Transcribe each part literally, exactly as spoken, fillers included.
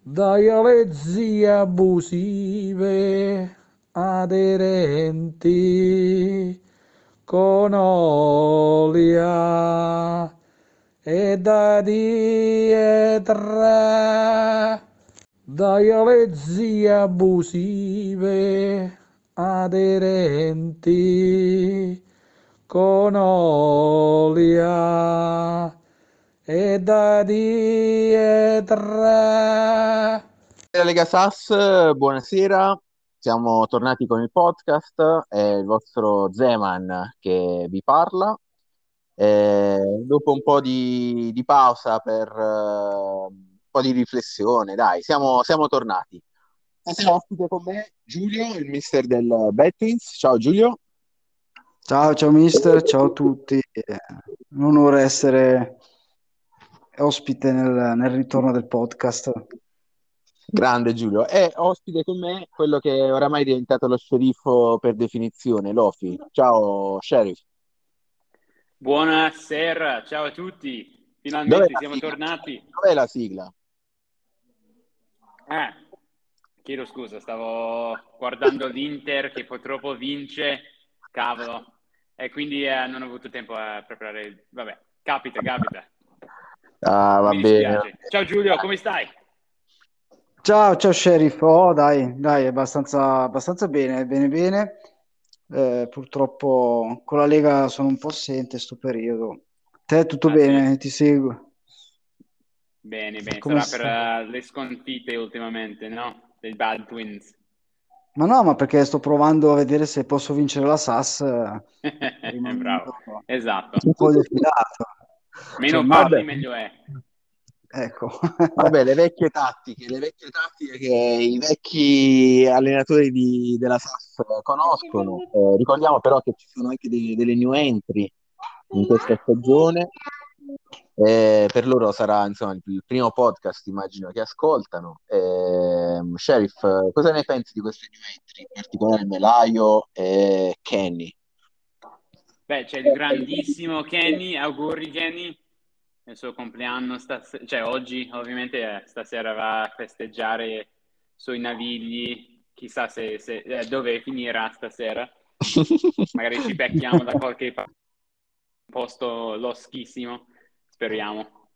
dialezie abusive aderenti con olia e da dietro dialezie abusive aderenti con olia e da dietro. Lega Sass, buonasera, siamo tornati con il podcast, è il vostro Zeman che vi parla. Eh, dopo un po' di, di pausa per eh, un po' di riflessione, dai, siamo, siamo tornati. Stasera ospite con me Giulio, il mister del Bettins. Ciao Giulio. Ciao, ciao mister, ciao a tutti. È un onore essere ospite nel, nel ritorno del podcast. Grande Giulio. E ospite con me quello che è oramai diventato lo sceriffo per definizione, Lofi. Ciao Sheriff. Buonasera, ciao a tutti. Dov'è Finalmente la siamo sigla? tornati. Dov'è la sigla? Eh, chiedo scusa, stavo guardando l'Inter che purtroppo vince, cavolo, e quindi eh, non ho avuto tempo a preparare. Vabbè, capita, capita. Ah, va Mi bene. dispiace. Ciao Giulio, come stai? Ciao, ciao sheriff. Oh, dai, dai, abbastanza, abbastanza bene, bene, bene. Eh, purtroppo con la Lega sono un po' assente sto periodo. Te tutto Ah sì, bene? Ti seguo. bene, bene. Come Sarà per sta? eh, le sconfitte ultimamente, no? Dei Bad Twins. Ma no, ma perché sto provando a vedere se posso vincere la Sass, eh, Bravo, rimanendo esatto. un po' defilato. Cioè, Meno ormai, Vabbè, parli, meglio è. ecco. vabbè, le vecchie tattiche, le vecchie tattiche che i vecchi allenatori di- della S A F conoscono. Eh, ricordiamo però che ci sono anche dei- delle new entry in questa stagione. Eh, per loro sarà insomma il il primo podcast, immagino, che ascoltano. Ehm, Sheriff, eh, cosa ne pensi di queste new entry, in particolare Melaio e Kenny? Beh, c'è il grandissimo Kenny, auguri Kenny, il suo compleanno, stas- cioè oggi ovviamente eh, stasera va a festeggiare sui Navigli, chissà se, se- eh, dove finirà stasera, magari ci becchiamo da qualche pa- posto loschissimo, speriamo.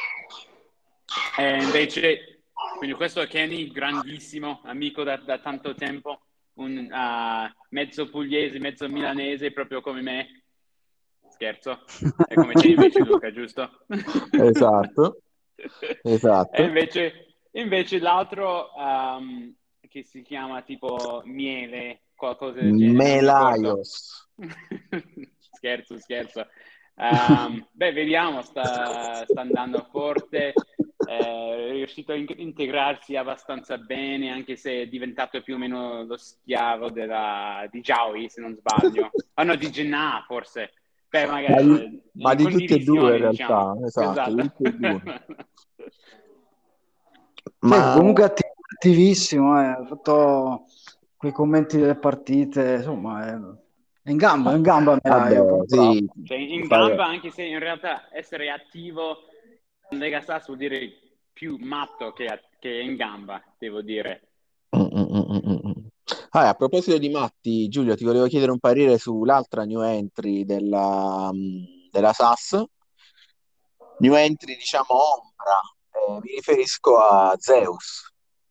E invece, quindi questo è Kenny, grandissimo, amico da, da tanto tempo, un ah, mezzo pugliese, mezzo milanese, proprio come me. Scherzo, è come te invece Luca, giusto? Esatto, E esatto. invece, invece l'altro um, che si chiama tipo Miele, qualcosa del genere, non mi ricordo. Melaios. Scherzo, scherzo. Um, beh, vediamo, sta, sta andando forte, eh, è riuscito a in- integrarsi abbastanza bene, anche se è diventato più o meno lo schiavo della, di Joey, se non sbaglio. Ah no, di Gennà, forse. Beh, Ma magari di, eh, ma in di tutti e due in condivisione, diciamo. realtà, esatto, di Esatto. tutti e due. Sì, Ma comunque è attiv- attivissimo, eh. Ha fatto quei commenti delle partite, insomma, è, è in gamba, è in gamba vabbè, Melaio, proprio bravo. sì, Cioè, in fai- gamba, anche se in realtà essere attivo in Lega Sass vuol dire più matto che, che in gamba, devo dire. Mm, mm, mm, mm, mm. Ah, a proposito di Matti, Giulio, ti volevo chiedere un parere sull'altra new entry della, mm, della S A S. New entry, diciamo, ombra. Eh, mi riferisco a Zeus.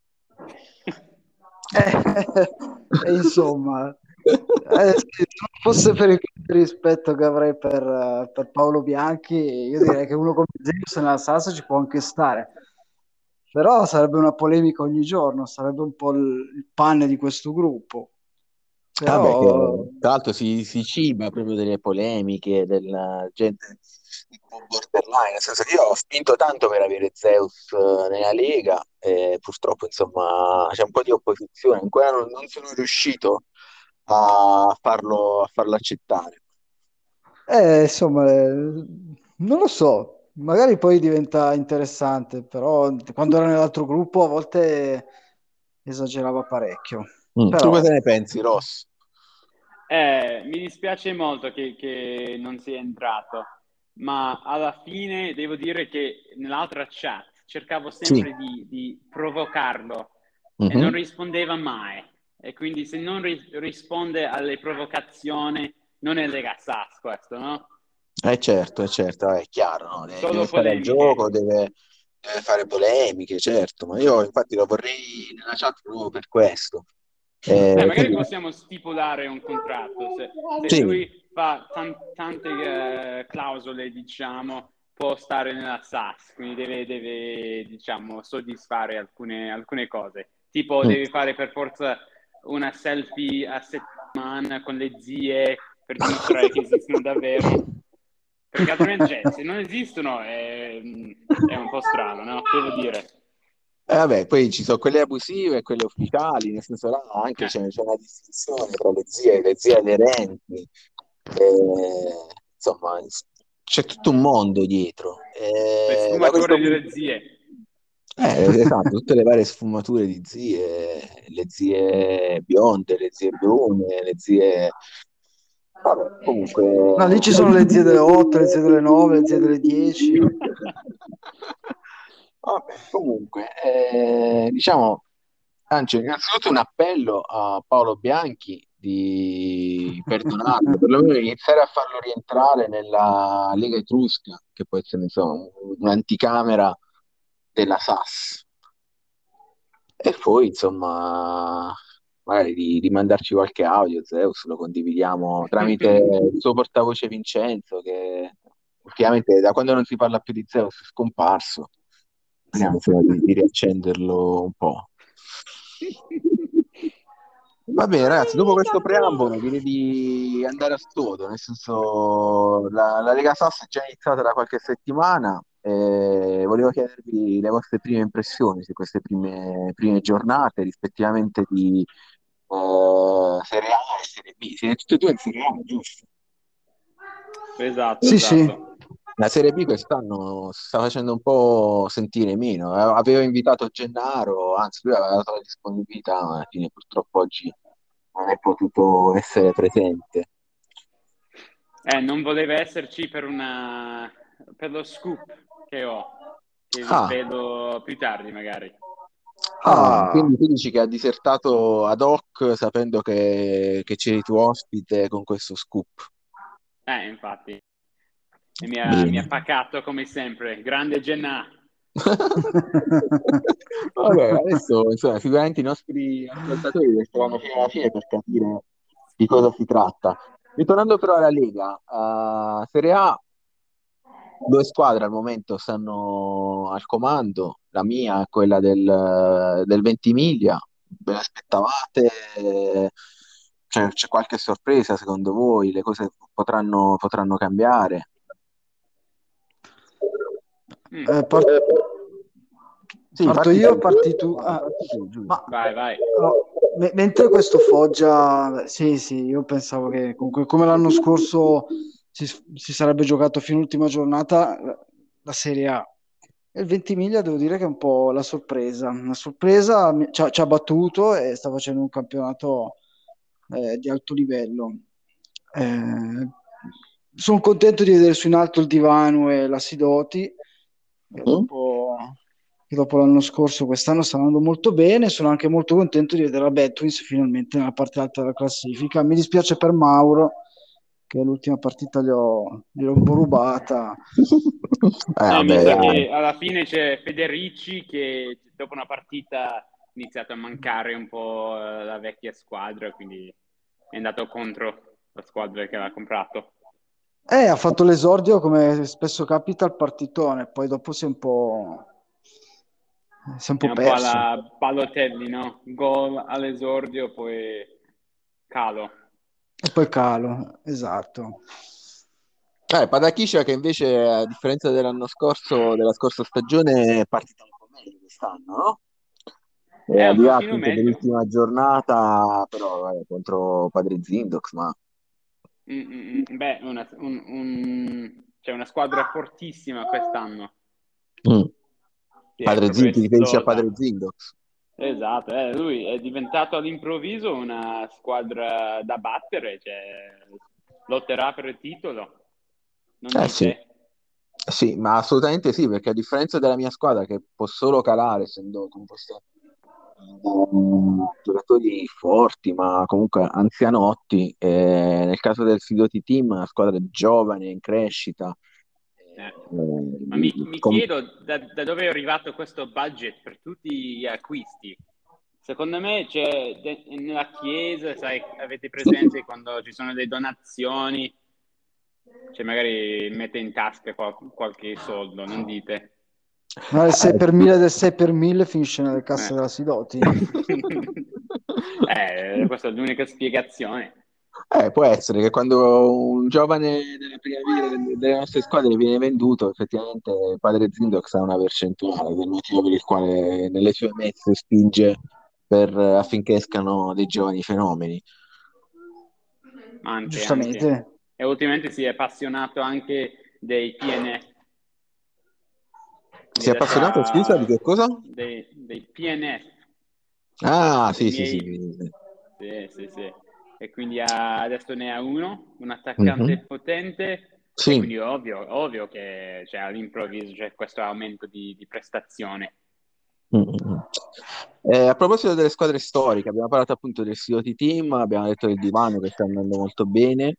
Eh, e insomma, eh, sì, se non fosse per il rispetto che avrei per, eh, per Paolo Bianchi, io direi che uno come Zeus nella salsa ci può anche stare. Però sarebbe una polemica ogni giorno, sarebbe un po' il, il pane di questo gruppo. Vabbè, che Però tra l'altro si, si ciba proprio delle polemiche, della gente un po' borderline, nel senso che io ho spinto tanto per avere Zeus eh, nella Lega e purtroppo insomma c'è un po' di opposizione, ancora non, non sono riuscito a farlo, a farlo accettare. Eh, insomma, eh, non lo so, magari poi diventa interessante, però quando era nell'altro gruppo a volte esagerava parecchio. Mm, tu Però, cosa ne pensi, Ross? Eh, mi dispiace molto che, che non sia entrato, ma alla fine devo dire che nell'altra chat cercavo Sì. sempre di, di provocarlo e non Mhm. rispondeva mai. E quindi se non ri- risponde alle provocazioni, non è Lega Sass questo, no? Eh certo, è certo, è chiaro, no? Deve, deve Solo stare al gioco, polemiche. deve, deve fare polemiche, certo, ma io infatti lo vorrei nella chat proprio per questo. Eh, Eh, magari quindi, possiamo stipulare un contratto. Se, se sì, lui fa tan- tante eh, clausole, diciamo, può stare nella Sass, quindi deve, deve, diciamo, soddisfare alcune, alcune cose. Tipo, mm. devi fare per forza una selfie a settimana con le zie per dimostrare che esistono davvero. Perché altrimenti, cioè, se non esistono, è, è un po' strano, no? Devo dire. Eh, vabbè, poi ci sono quelle abusive e quelle ufficiali, nel senso là anche Eh, c'è, c'è una distinzione tra le zie e le zie aderenti. Eh, insomma, c'è tutto un mondo dietro. le Eh, da questo sfumature punto, delle zie. eh, esatto, tutte le varie sfumature di zie, le zie bionde, le zie brune, le zie... Vabbè, No, lì comunque... ci sono le zie delle otto, le zie delle nove, le zie delle dieci. Vabbè, comunque, eh, diciamo, anzi, innanzitutto un appello a Paolo Bianchi di perdonarlo, perlomeno di iniziare a farlo rientrare nella Lega Etrusca, che può essere, insomma, un'anticamera della Sass. E poi, insomma, magari di, di mandarci qualche audio, Zeus, lo condividiamo tramite il suo portavoce Vincenzo, che ultimamente da quando non si parla più di Zeus è scomparso. Vediamo insomma, di, di riaccenderlo un po'. Va bene, ragazzi, dopo questo preambolo direi di andare a sodo, nel senso la, la Lega Sass è già iniziata da qualche settimana e volevo chiedervi le vostre prime impressioni su queste prime, prime giornate, rispettivamente di eh, Serie A e Serie B. Siete tutte e due in Serie A, giusto? Esatto, Sì, sì. esatto. La Serie B quest'anno si sta facendo un po' sentire meno. Eh, Avevo invitato Gennaro, anzi lui aveva dato la disponibilità, ma alla fine purtroppo oggi non è potuto essere presente. Eh, non voleva esserci per una per lo scoop che ho, che vi Ah, svelo più tardi magari. ah, Ah, quindi tu dici che ha disertato ad hoc sapendo che, che c'eri tu ospite con questo scoop. Eh, infatti. E mi ha, mi ha Bene. pacato come sempre. Grande Gennà. Vabbè, adesso insomma, sicuramente i nostri ascoltatori resteranno fino alla fine per capire di cosa si tratta. Ritornando però alla Lega, a Serie A, due squadre al momento stanno al comando, la mia è quella del, del Ventimiglia, ve l'aspettavate? C'è, c'è qualche sorpresa secondo voi? Le cose potranno, potranno cambiare? Mm, eh, par- Sì, parto parti io o tu. parti tu? Vai, Ah, parti tu, Giulio. ma vai, vai. allora, me- mentre questo Foggia, sì, sì, io pensavo che comunque come l'anno scorso si, si sarebbe giocato fino all'ultima giornata la, la Serie A. E il Ventimiglia devo dire che è un po' la sorpresa. Una sorpresa mi- ci ha, ci ha battuto e sta facendo un campionato eh, di alto livello. Eh, sono contento di vedere su in alto il Divano e la Sidoti, che Mhm. dopo, che dopo l'anno scorso, quest'anno sta andando molto bene. Sono anche molto contento di vedere la Betwins finalmente nella parte alta della classifica. Mi dispiace per Mauro, che l'ultima partita gli ho, gliel'ho un po' rubata. Eh, Eh, mi vabbè, sa dai. che alla fine c'è Federici che dopo una partita ha iniziato a mancare un po' eh, la vecchia squadra, quindi è andato contro la squadra che aveva comprato. Eh, ha fatto l'esordio come spesso capita al partitone, poi dopo si è un po', si è un È po' un po' perso. alla Balotelli, no? Gol all'esordio, poi calo. E poi calo, esatto. Eh, Padachiscia che invece, a differenza dell'anno scorso, della scorsa stagione, è partita un po' meglio quest'anno, no? È È un arrivato pochino appunto meglio. nell'ultima giornata, però vabbè, contro Padre Zindox, ma Mm, mm, mm. Beh, una, un, un- c'è una squadra fortissima quest'anno. Mm. Sì, è Padre proprio Zindox, ti riferisci a Padre esplosa. Zindox? Esatto, eh, lui è diventato all'improvviso una squadra da battere, cioè, lotterà per il titolo, non Eh sì, dite? Sì, ma assolutamente sì, perché a differenza della mia squadra che può solo calare, essendo composta da giocatori forti, ma comunque anzianotti, e nel caso del Sidoti Team, una squadra giovane, in crescita, Eh. Ma mi, eh, mi com- chiedo da, da dove è arrivato questo budget per tutti gli acquisti. Secondo me c'è de- nella chiesa, sai, avete presente quando ci sono delle donazioni, cioè magari mette in tasca qual- qualche soldo, non dite? Ma il sei per mille del sei per mille finisce nelle casse Eh. della Sidoti. Eh, questa è l'unica spiegazione. Eh, può essere che quando un giovane delle prime righe delle delle nostre squadre viene venduto, effettivamente padre Zindox ha una percentuale del motivo per il quale nelle sue mezze spinge per, affinché escano dei giovani fenomeni. Anche, anche. Giustamente. E ultimamente si è appassionato anche dei P N F. Si Quindi è adesso appassionato, scusa, di ha che cosa? dei, dei P N F, Ah, dei sì, sì, sì, miei... sì, sì. Sì, sì, sì. E quindi ha- adesso ne ha uno, un attaccante Mhm. potente, e Sì. quindi ovvio, ovvio che cioè, all'improvviso c'è questo aumento di, di prestazione. Mm-mm. Eh, a proposito delle squadre storiche, abbiamo parlato appunto del Sidoti Team, abbiamo detto del Divano che sta andando molto bene.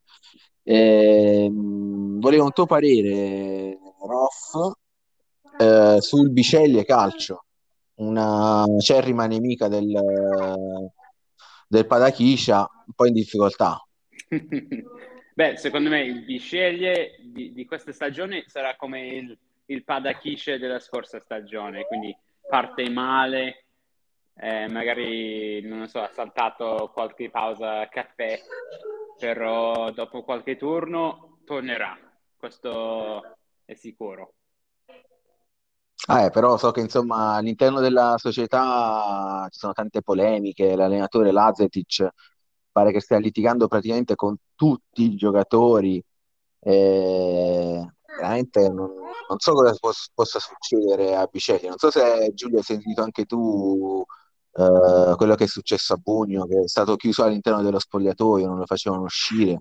Ehm, volevo un tuo parere, Roff, eh, sul Biceglie Calcio, una acerrima nemica del, del Padachiscia, un po' in difficoltà. Beh, secondo me il Bisceglie di, di questa stagione sarà come il, il Padakishe della scorsa stagione, quindi parte male, eh, magari, non lo so, ha saltato qualche pausa caffè, però dopo qualche turno tornerà, questo è sicuro. Ah, eh, però so che insomma all'interno della società ci sono tante polemiche, l'allenatore Lazetic pare che stia litigando praticamente con tutti i giocatori, e veramente non, non so cosa pos- possa succedere a Biceglie, non so se Giulio hai sentito anche tu eh, quello che è successo a Bugno, che è stato chiuso all'interno dello spogliatoio, non lo facevano uscire.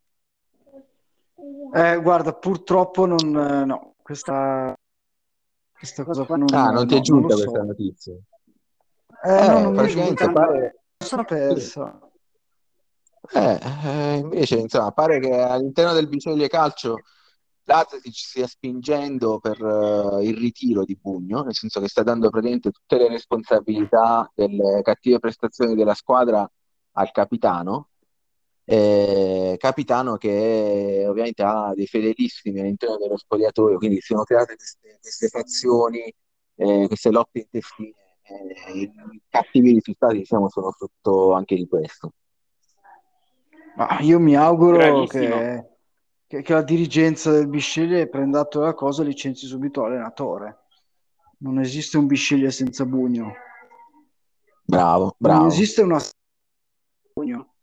Eh, guarda, purtroppo non, eh, no, questa, questa cosa qua non, Ah, non ti è no, non lo giunta questa so. notizia? Eh, no, Eh, non mi è praticamente giunta, me pare... la sono sì. persa. Eh, eh, invece, insomma, pare che all'interno del Biceglie Calcio l'Atletico stia spingendo per eh, il ritiro di Bugno, nel senso che sta dando praticamente tutte le responsabilità delle cattive prestazioni della squadra al capitano, eh, capitano che ovviamente ha dei fedelissimi all'interno dello spogliatoio, quindi si sono create queste, queste fazioni, eh, queste lotte intestine, eh, i cattivi risultati, diciamo, sono frutto anche di questo. Ma io mi auguro Gravissimo. che, che- che la dirigenza del Bisceglie prenda atto della cosa e licenzi subito l'allenatore. Non esiste un Bisceglie senza Bugno. Bravo, Non bravo, esiste una Bugno.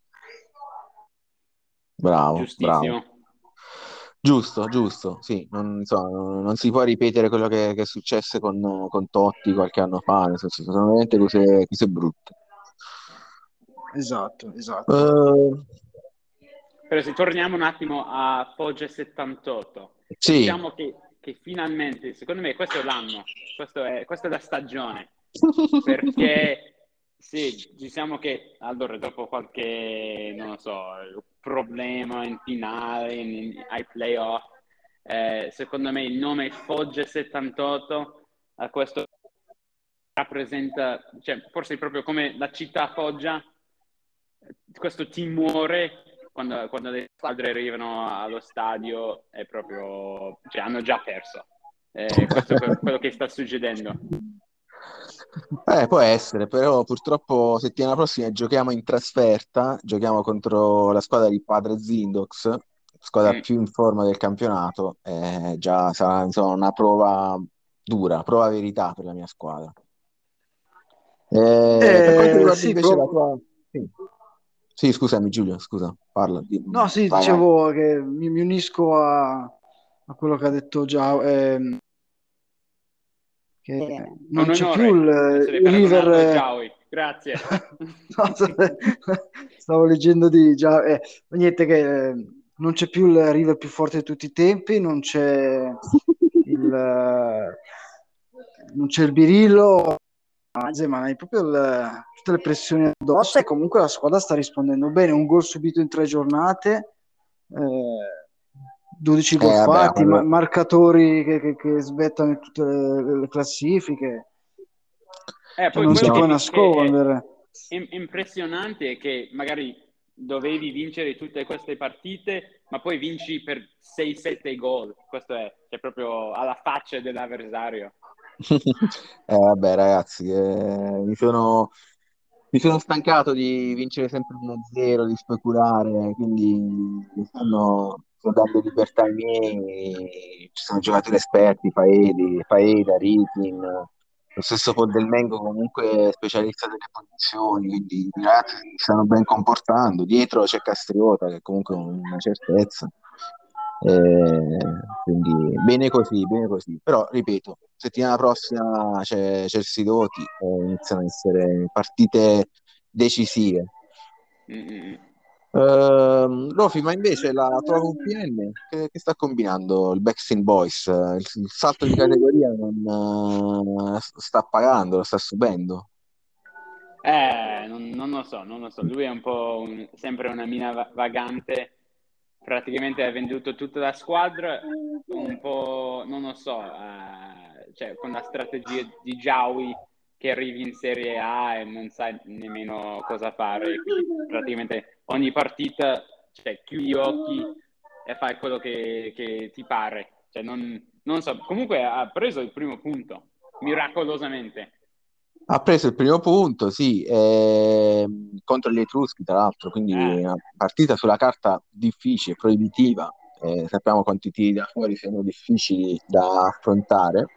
bravo, bravo. Giustissimo. Giusto, giusto, sì, non, insomma, non, non si può ripetere quello che, che è successo con, con Totti qualche anno fa, nel senso, sono veramente cose, cose brutte. Esatto, esatto. Eh, Però se torniamo un attimo a Foggia settantotto, sì. diciamo che, che finalmente, secondo me questo è l'anno, questo è, questa è la stagione, perché sì, diciamo che allora dopo qualche, non lo so, problema in finale, in- ai playoff, eh, secondo me il nome Foggia settantotto a questo rappresenta, cioè forse proprio come la città Foggia, questo timore quando, quando le squadre arrivano allo stadio è proprio, cioè hanno già perso. Eh, questo è quello che sta succedendo. Eh, può essere, però purtroppo settimana prossima giochiamo in trasferta, giochiamo contro la squadra di Padre Zindox, squadra Mm. più in forma del campionato, e già sarà insomma, una prova dura, prova verità per la mia squadra. Eh, per quanto Eh, riguarda sì, invece la pro- tua... Sì, sì, scusami Giulio, scusa, parla. di- no, sì, Vai, vai. dicevo che mi, mi unisco a, a quello che ha detto già, ehm, che È non un c'è più il, onore essere il River. paragonato a eh, Giaui, grazie. no, stavo leggendo di già, eh, niente che eh, non c'è più il River più forte di tutti i tempi, non c'è il, non c'è il birillo, ma hai proprio il, tutte le pressioni addosso e comunque la squadra sta rispondendo bene. Un gol subito in tre giornate, eh, dodici gol Eh, vabbè, fatti, ma- quando- marcatori che, che, che svettano in tutte le, le classifiche, Eh, cioè poi non quello si che, può mi- che è nascondere. im- impressionante è che magari dovevi vincere tutte queste partite, ma poi vinci per sei sette gol. Questo è, cioè, proprio alla faccia dell'avversario. Eh, vabbè, ragazzi, eh, mi sono, mi sono stancato di vincere sempre uno zero, di speculare, quindi stanno, sto dando libertà ai miei. Ci sono giocatori esperti, Paedi, Paeda, Rikin, lo stesso Poddelmengo comunque specialista delle posizioni, quindi i ragazzi si stanno ben comportando. Dietro c'è Castriota che comunque è una certezza. Eh, quindi bene così, bene così. Però ripeto, settimana prossima c'è Chelsea Doti e iniziano a essere partite decisive. Mm-mm. Ehm, Rofi, ma invece la tua V P N che, che sta combinando il Backstreet Boys? Il, il salto di categoria non eh, sta pagando, lo sta subendo. Eh, non, non lo so, non lo so. Lui è un po' un- sempre una mina va- vagante. Praticamente ha venduto tutta la squadra, un po', non lo so, eh, cioè con la strategia di Giaui che arrivi in Serie A e non sai nemmeno cosa fare. Quindi praticamente ogni partita, cioè, chiudi gli occhi e fai quello che, che ti pare. Cioè, non, non so. Comunque ha preso il primo punto, miracolosamente. Ha preso il primo punto, sì, ehm, contro gli Etruschi, tra l'altro, quindi Eh. una partita sulla carta difficile, proibitiva. Eh, sappiamo quanti tiri da fuori siano difficili da affrontare.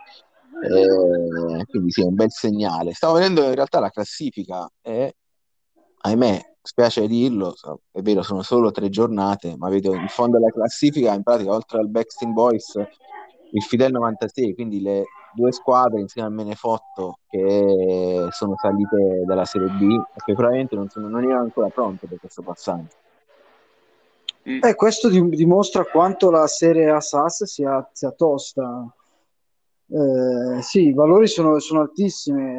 Eh, quindi sì, è un bel segnale. Stavo vedendo in realtà la classifica e, ahimè, spiace dirlo, so- è vero, sono solo tre giornate, ma vedo in fondo alla classifica, in pratica, oltre al Backstreet Boys, il Fidel novantasei, quindi le due squadre insieme al Menefotto che sono salite dalla Serie B e che probabilmente non, sono, non erano ancora pronte per questo passaggio. Mm. E questo di- dimostra quanto la Serie A S A S sia, sia tosta. Eh, sì, i valori sono, sono altissimi.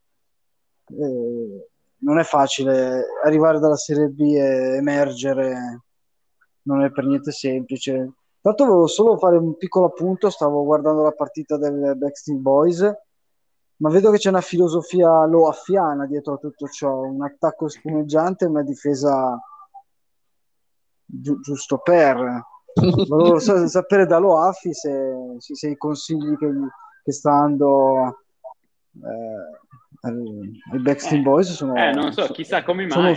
Eh, non è facile arrivare dalla Serie B e emergere, non è per niente semplice. Tanto volevo solo fare un piccolo appunto, stavo guardando la partita del Backstreet Boys, ma vedo che c'è una filosofia loaffiana dietro a tutto ciò, un attacco spumeggiante e una difesa giu- giusto per. Volevo sa- sapere da Loaffi se, se, se i consigli che, gli- che sta dando eh, ai ai Backstreet Eh, Boys eh, non sono, so, chissà come sono mai.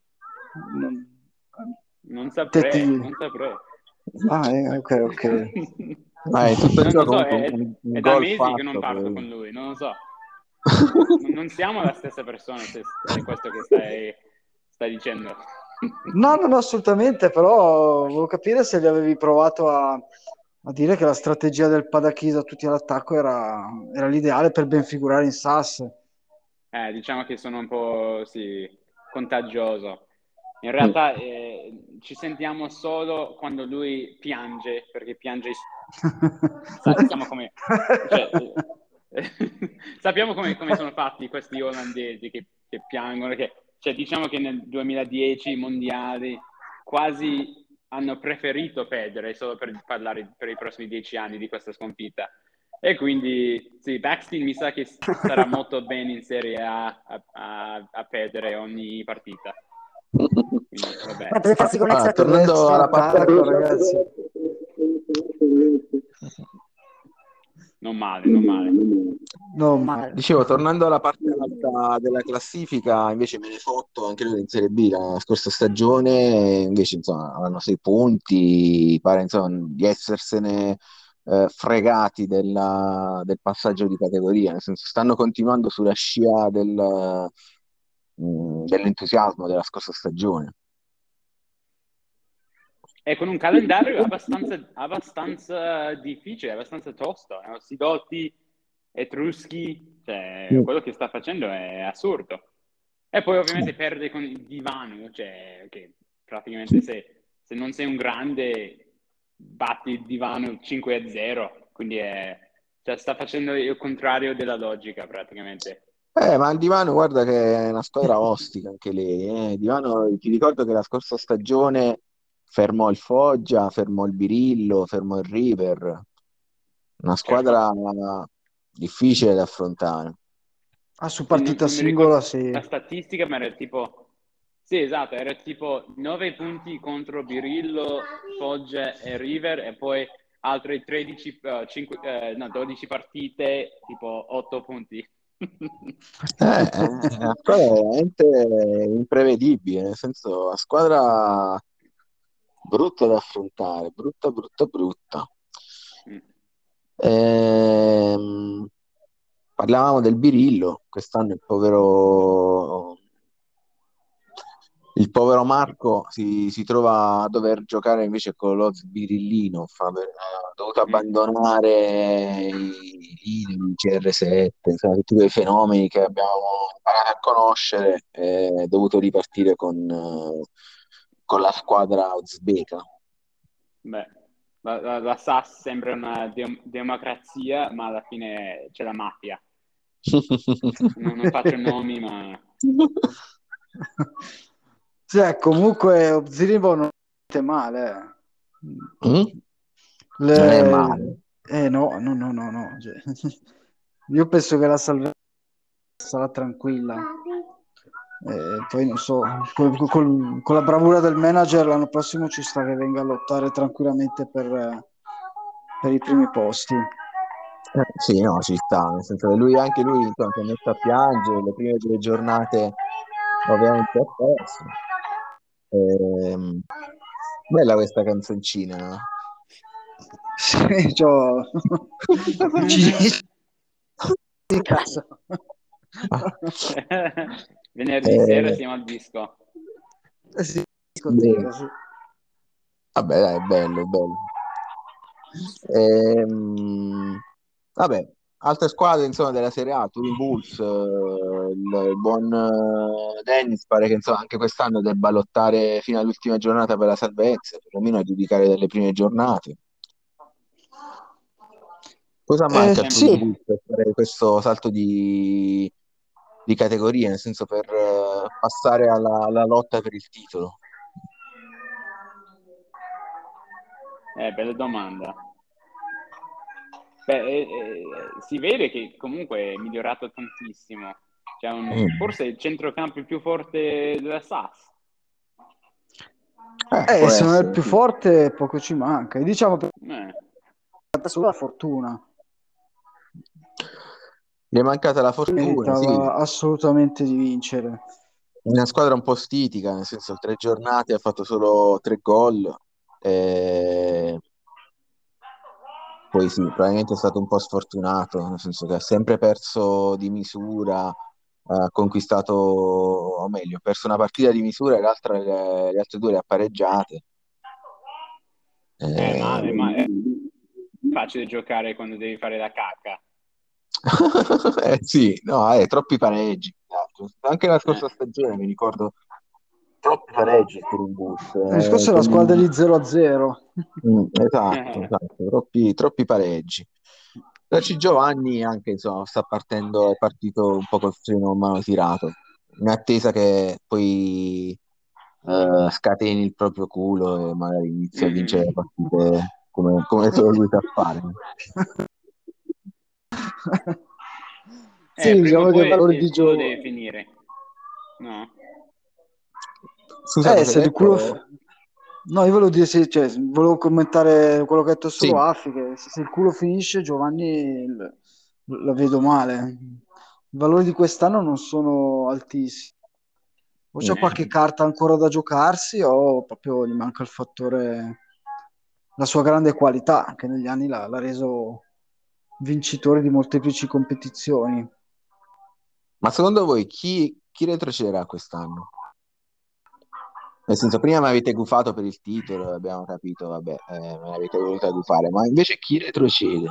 Non saprei, tetti. non saprei. Ah, eh, ok, ok. Ma è tutto il Non lo gioco so, comunque è, un, un è da gol mesi che non fatto. parlo poi. con lui, non lo so. Non, non siamo la stessa persona, se, se è questo che stai, stai dicendo. No, no, no, assolutamente, però volevo capire se gli avevi provato a, a dire che la strategia del Padachisa tutti all'attacco era, era l'ideale per ben figurare in S A S. Eh, diciamo che sono un po', sì, contagioso. In realtà eh, ci sentiamo solo quando lui piange, perché piange. Sa- Sappiamo come, cioè, eh, sappiamo come, come sono fatti questi olandesi che, che piangono, che, cioè, diciamo che nel duemiladieci i mondiali quasi hanno preferito perdere solo per parlare per i prossimi dieci anni di questa sconfitta. E quindi sì, Baxter mi sa che starà molto bene in Serie A a, a, a perdere ogni partita. Quindi, vabbè. Ma per far sicurezza Allora, tornando alla parte attacco, ragazzi. Non male, non male. No, ma Dicevo, tornando alla parte alta della classifica, invece me ne fotto anche lui in Serie B la scorsa stagione, invece insomma hanno sei punti, pare insomma di essersene eh, fregati della- del passaggio di categoria, nel senso stanno continuando sulla scia del, mm, dell'entusiasmo della scorsa stagione. E con un calendario abbastanza, abbastanza difficile, abbastanza tosto. Eh? Sidoti, Etruschi, cioè, quello che sta facendo è assurdo. E poi ovviamente perde con il divano, cioè, che praticamente se, se non sei un grande batti il divano cinque a zero. quindi è, cioè, sta facendo il contrario della logica praticamente. Eh, ma il Divano, guarda che è una squadra ostica anche lei. Eh. Divano, ti ricordo che la scorsa stagione fermò il Foggia, fermò il Birillo, fermò il River. Una Certo. squadra difficile da affrontare. Ah, su Sì, non, partita non mi ricordo singola, sì. la statistica, ma era tipo, sì, esatto, era tipo nove punti contro Birillo, Foggia e River e poi altre tredici, eh, cinque, eh, no, dodici partite, tipo otto punti. Eh, è una squadra veramente imprevedibile, nel senso, una squadra brutta da affrontare, brutta, brutta, brutta. Mm. Ehm, Parlavamo del Birillo, quest'anno il povero, il povero Marco si, si trova a dover giocare invece con lo Sbirillino, fa- ha dovuto Mm. abbandonare i Lidl, i C R sette, insomma, tutti quei fenomeni che abbiamo imparato a conoscere, e è dovuto ripartire con, eh, con la squadra uzbeka. Beh, la, la, la S A S sembra una dem- democrazia, ma alla fine c'è la mafia. Non, non faccio nomi, ma... Cioè, comunque Ziribo non è male. Mm? eh. Non è Le... male. Eh no, no, no, no, no. Cioè, io penso che la salvezza sarà tranquilla. Eh, poi non so, col- col- con la bravura del manager l'anno prossimo ci sta che venga a lottare tranquillamente per, eh, per i primi posti. Eh, sì, no, ci sta, nel senso che lui, anche lui, insomma, si è messo a piangere, le prime due giornate ovviamente ha perso. Ehm, Bella questa canzoncina. Sì, c'ho... Ci- in casa. Venerdì sera Eh, siamo al disco. Eh sì, beh, discoteca, sì. vabbè, dai, è bello, è bello. Ehm, Vabbè, altre squadre, insomma, della Serie A, Turin Bulls, eh, il, il buon eh, Dennis pare che insomma, anche quest'anno debba lottare fino all'ultima giornata per la salvezza, perlomeno a giudicare delle prime giornate. Cosa Eh, manca a Sem- Turin sì, Bulls per fare questo salto di, di categoria, nel senso per eh, passare alla, alla lotta per il titolo? eh, bella domanda. Beh, eh, eh, si vede che comunque è migliorato tantissimo. C'è un, Mm. forse il centrocampo più forte della S A S. Eh, eh, può se non è il essere, più sì. forte, poco ci manca. E diciamo per Eh, sulla fortuna. Gli è mancata la fortuna, Meritava sì. assolutamente di vincere. Una squadra un po' stitica, nel senso, tre giornate ha fatto solo tre gol. E poi sì, probabilmente è stato un po' sfortunato, nel senso che ha sempre perso di misura, ha conquistato, o meglio, ha perso una partita di misura e l'altra, le, le altre due le ha pareggiate. eh, Eh, male, ma è facile giocare quando devi fare la cacca. eh, sì, no, eh, troppi pareggi. Anche la Eh. scorsa stagione mi ricordo troppi pareggi per un bus. Il Eh, discorso è la squadra quelli- degli zero a zero. Mm, esatto, esatto, troppi, troppi pareggi. Perci Giovanni anche insomma sta partendo, è partito un po' col freno a mano tirato, in attesa che poi eh, scateni il proprio culo e magari inizi a vincere le Mm-mm. partite come, come solo lui sa fare. Eh, Sì, prima o diciamo che i poi valori il di culo Gio... deve finire. No? Scusa, Eh, cosa hai se il culo... detto? No, io volevo dire, sì, cioè, volevo commentare quello che ha detto solo Sì, Affi, che se, se il culo finisce, Giovanni l- la vedo male. I valori di quest'anno non sono altissimi. O c'è mm. Eh. qualche carta ancora da giocarsi o proprio gli manca il fattore, la sua grande qualità, che negli anni l'ha, l'ha reso vincitore di molteplici competizioni. Ma secondo voi chi, chi retrocederà quest'anno? Nel senso, prima mi avete gufato per il titolo, abbiamo capito, vabbè, eh, me l'avete voluta gufare, ma invece chi retrocede?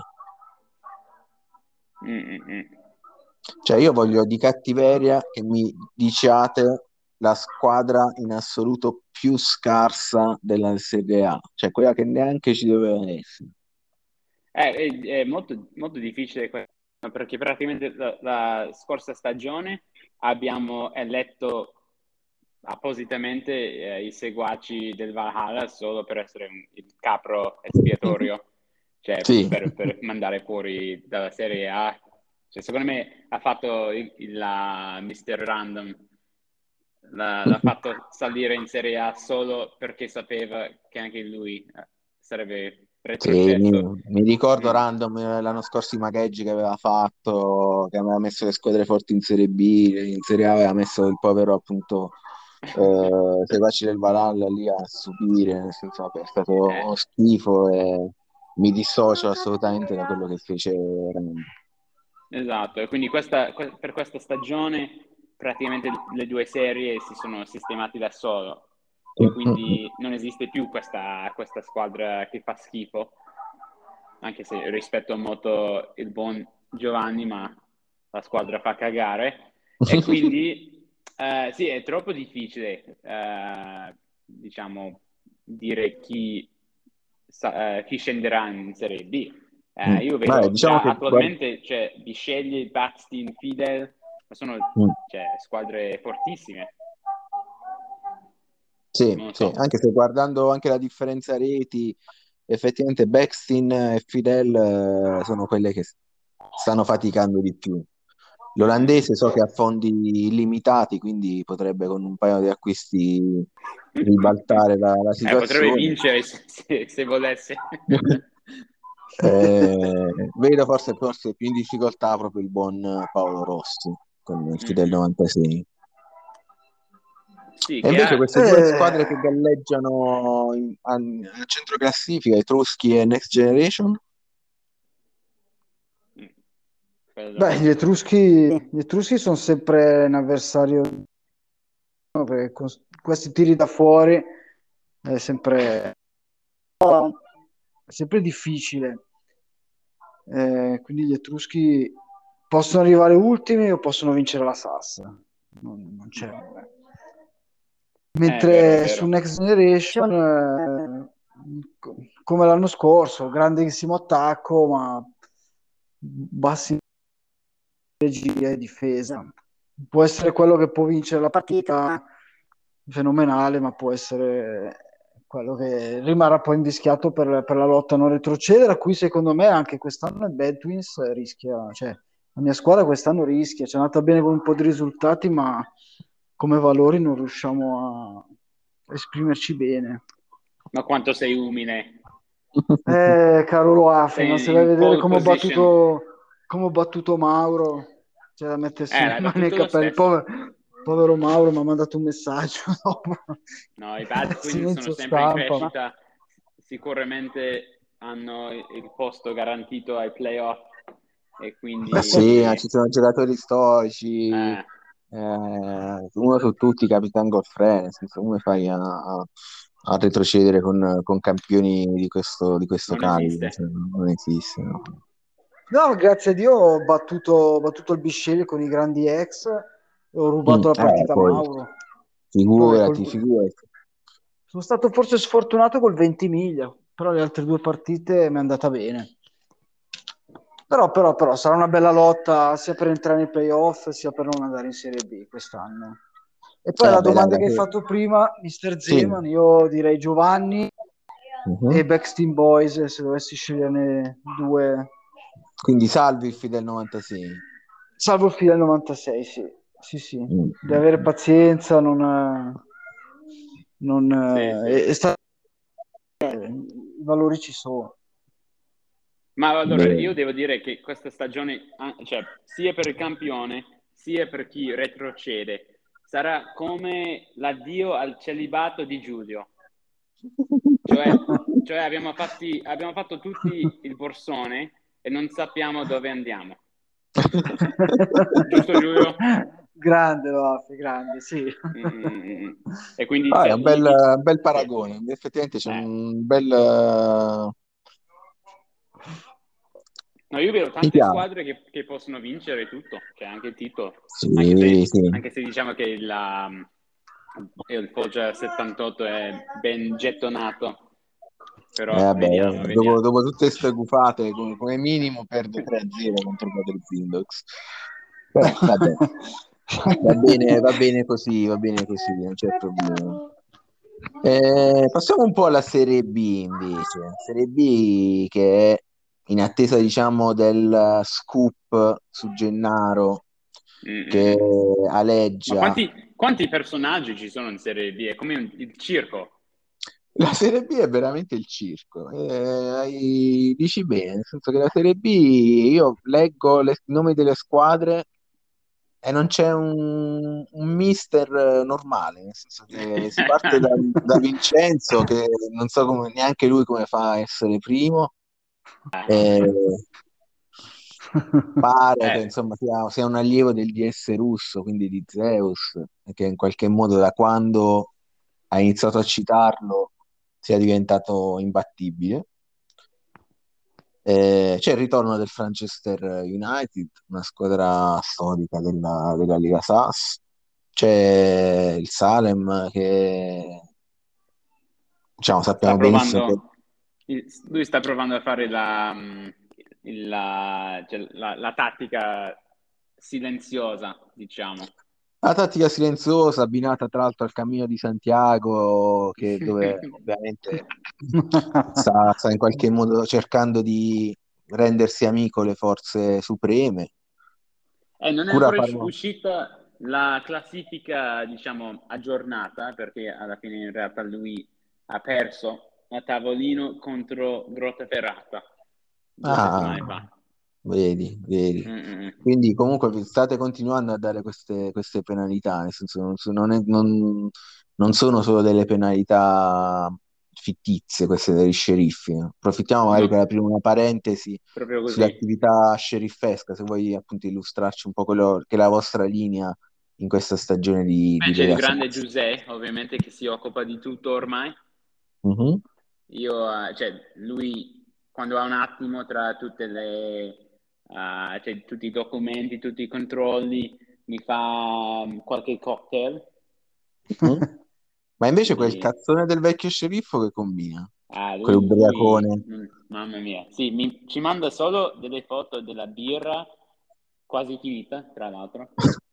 Mm-mm. Cioè, io voglio di cattiveria che mi diciate la squadra in assoluto più scarsa della Serie A, cioè quella che neanche ci doveva essere. È, è- è molto, molto difficile questo, perché praticamente la, la scorsa stagione abbiamo eletto appositamente eh, i seguaci del Valhalla solo per essere un- il capro espiatorio, cioè Sì, per, per mandare fuori dalla Serie A. Cioè, secondo me ha fatto il, il- la mister Random, l'ha, l'ha fatto salire in Serie A solo perché sapeva che anche lui eh, sarebbe sì, mi, retrocesso. mi ricordo Mm. Random eh, l'anno scorso i magheggi che aveva fatto, che aveva messo le squadre forti in Serie B, in Serie A aveva messo il povero appunto eh, seguaci del Valhalla lì a subire, nel senso vabbè, è stato Eh, uno schifo e mi dissocio assolutamente da quello che fece Random. esatto, e quindi questa, que- per questa stagione praticamente le due serie si sono sistemati da solo e Mm, mm, mm. quindi non esiste più questa, questa squadra che fa schifo, anche se rispetto molto il buon Giovanni, ma la squadra fa cagare. E quindi eh, sì, è troppo difficile, eh, diciamo, dire chi, sa- eh, chi scenderà in Serie B. Mm. Eh, io Vabbè, vedo diciamo già che guarda, attualmente, cioè, di sceglie Baxtin, Fidel, ma sono mm. cioè, squadre fortissime. Sì, Non lo sì, so. anche se guardando anche la differenza reti, effettivamente Bextin e Fidel eh, sono quelle che stanno faticando di più. Mm, mm, mm. L'olandese so che ha fondi illimitati, quindi potrebbe con un paio di acquisti ribaltare la, la Eh, potrebbe situazione. vincere se, se- se volesse. Eh, vedo forse, forse più in difficoltà proprio il buon Paolo Rossi con il Fidel Mhm. novantasei. Sì, E che invece ha... queste due Eh, squadre che galleggiano in- a, a centro classifica, Etruschi e Next Generation, Mm, quello- beh, gli Etruschi, gli Etruschi sono sempre un avversario, no, perché con questi tiri da fuori è sempre, è sempre difficile. Eh, quindi gli Etruschi possono arrivare ultimi o possono vincere la Sassa. Non, non c'è. È vero, è Mentre su vero. Next Generation, eh, co- come l'anno scorso, grandissimo attacco, ma bassi regia e difesa. Può essere quello che può vincere la partita, fenomenale, ma può essere quello che rimarrà poi invischiato per, per la lotta a non retrocedere, a cui secondo me anche quest'anno il Bad Twins rischia, cioè la mia squadra quest'anno rischia, ci è andata bene con un po' di risultati, ma come valori non riusciamo a esprimerci bene. Ma quanto sei umile. Eh, caro Loafi, ma se Sei vai a in vedere pole come ho position. battuto, come ho battuto Mauro, c'è da mettersi Eh, le l'hai mani nei battuto lo capelli. stesso. Povero, povero Mauro mi ha mandato un messaggio dopo. No, i Bad Twins sono Silenzio sempre in stampa. Ma... crescita. Sicuramente hanno il posto garantito ai playoff e ma sì, quindi... ma ci sono giocatori storici, eh, eh, uno su tutti, Capitan Goffre, nel senso come fai a, a- a retrocedere con, con campioni di questo, di questo non calibro? esiste. Cioè, non esiste, no? No, grazie a Dio ho battuto, ho battuto il bisceglie con i grandi ex e ho Mm, rubato la eh, partita a poi, Mauro. Vabbè, figurati, col- figurati. sono stato forse sfortunato col Ventimiglia, però le altre due partite mi è andata bene. Però, però, però sarà una bella lotta sia per entrare nei playoff sia per non andare in Serie B quest'anno. E poi Eh, la beh, dai, domanda dai, che hai sì. fatto prima, mister Sì. Zeman, io direi Giovanni Mhm. e Backstreet Boys, se dovessi sceglierne due, Quindi salvi il Fidel novantasei. salvo il fine del novantasei, sì, sì, sì, Mm, di mm, avere mm. pazienza, non, non, Sì, sì. eh, è sta- i valori ci sono. Ma allora, Bene. io devo dire che questa stagione, ah, cioè, sia per il campione, sia per chi retrocede, sarà come l'addio al celibato di Giulio. Cioè, cioè abbiamo fatti, abbiamo fatto tutti il borsone e non sappiamo dove andiamo. Giusto, Giulio? Grande Loafi, grande, sì. Mm, mm, mm, mm. E quindi Ah, se, è un bel, i- i- un bel sì, paragone, effettivamente c'è eh. un bel... eh, No, io vedo mi tante piace. squadre che, che possono vincere tutto, cioè anche il titolo, anche Sì, se, sì. anche se diciamo che la, il Foggia settantotto è ben gettonato. Eh, però vabbè, vediamo, eh, dopo, vediamo. dopo tutte queste gufate, come, come minimo perde tre a zero contro Padre Zindox. Però vabbè, va bene, va bene così, va bene così, non c'è problema. Eh, passiamo un po' alla Serie B invece. Serie B che è in attesa, diciamo, del scoop su Gennaro Mm, mm, che mm. Ma aleggia. quanti, quanti personaggi ci sono in Serie B? È come un- il circo. La Serie B è veramente il circo. Eh, hai- dici bene, nel senso che la Serie B io leggo le- i nomi delle squadre e non c'è un, un mister eh, normale, nel senso che si parte da, da Vincenzo, che non so come, neanche lui come fa a essere primo, e pare che Eh, insomma sia, sia un allievo del D S russo, quindi di Zeus, e che in qualche modo da quando ha iniziato a citarlo sia diventato imbattibile. Eh, c'è il ritorno del Manchester United, una squadra storica della, della Liga S A S. C'è il Salem che diciamo, sta sappiamo benissimo che provando, il- lui sta provando a fare la, mm, il- la, cioè, la- la tattica silenziosa, diciamo. la tattica silenziosa abbinata tra l'altro al Cammino di Santiago, che dove ovviamente sta, sta in qualche modo cercando di rendersi amico le forze supreme. E non è Pure a ancora Parma. uscita la classifica, diciamo, aggiornata, perché alla fine in realtà lui ha perso a tavolino contro Grottaferrata due Ah, settimane fa. vedi, vedi. Mm-mm. Quindi comunque vi state continuando a dare queste, queste penalità, nel senso non, so- non è- non- non sono solo delle penalità fittizie queste degli sceriffi. No? Approfittiamo magari per No, aprire una parentesi proprio così. sull'attività sceriffesca, se vuoi appunto illustrarci un po' quello che è la vostra linea in questa stagione di, Beh, di c'è il Lega grande Saz. Giuseppe, ovviamente, che si occupa di tutto ormai. Mhm. Io, eh, cioè, lui quando ha un attimo tra tutte le, eh, cioè, tutti i documenti, tutti i controlli, mi fa mm, qualche cocktail. Mhm. Ma invece quel Quindi, cazzone del vecchio sceriffo che combina? ah, lui, Quell'ubriacone. mm, mamma mia, sì, mi- ci manda solo delle foto della birra quasi finita, tra l'altro.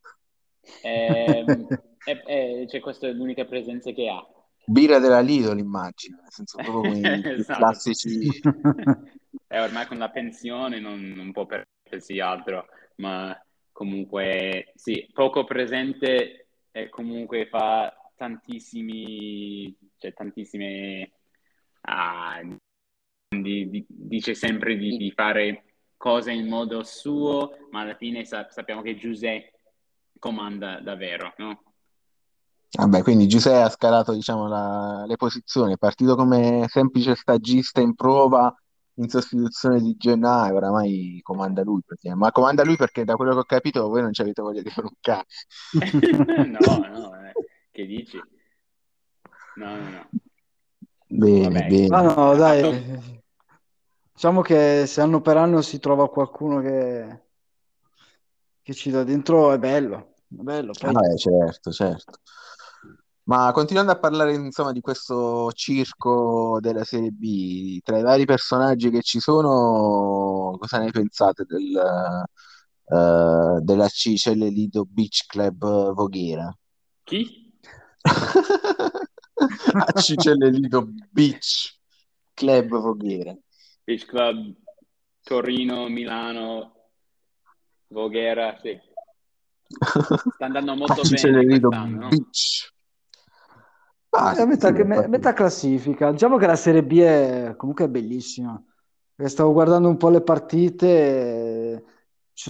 Ehm, E, e- cioè, questa è l'unica presenza che ha. Birra della Lidl, immagino, nel senso proprio come i, i Esatto. classici. E ormai con la pensione non, non può permettersi altro, ma comunque sì, poco presente e comunque fa tantissimi, cioè tantissime, ah, di- di- dice sempre di, di fare cose in modo suo, ma alla fine sa- sappiamo che Giuseppe comanda davvero, no? Vabbè, quindi Giuseppe ha scalato, diciamo, la- le posizioni, è partito come semplice stagista in prova in sostituzione di Gennaro, oramai comanda lui, praticamente. Ma comanda lui perché da quello che ho capito voi non ci avete voglia di fare un cane. No, no, eh, che dici? No, no, no. Bene, Vabbè, Ma bene. no, ha fatto... dai, diciamo che se anno per anno si trova qualcuno che, che ci dà dentro è bello, è bello. Ah, Poi beh, certo, certo. Ma continuando a parlare, insomma, di questo circo della Serie B, tra i vari personaggi che ci sono, cosa ne pensate del, eh, della Cicelle Lido Beach Club Voghera? Chi? A Cicelle Lido Beach Club Voghera. Beach Club, Torino, Milano, Voghera, sì. Sta andando A molto Cicelle bene Lido quest'anno, no? Beach. Ah, è a sì, sì, metà, me- a infatti. metà classifica. Diciamo che la Serie B è comunque è bellissima. Perché stavo guardando un po' le partite, e ci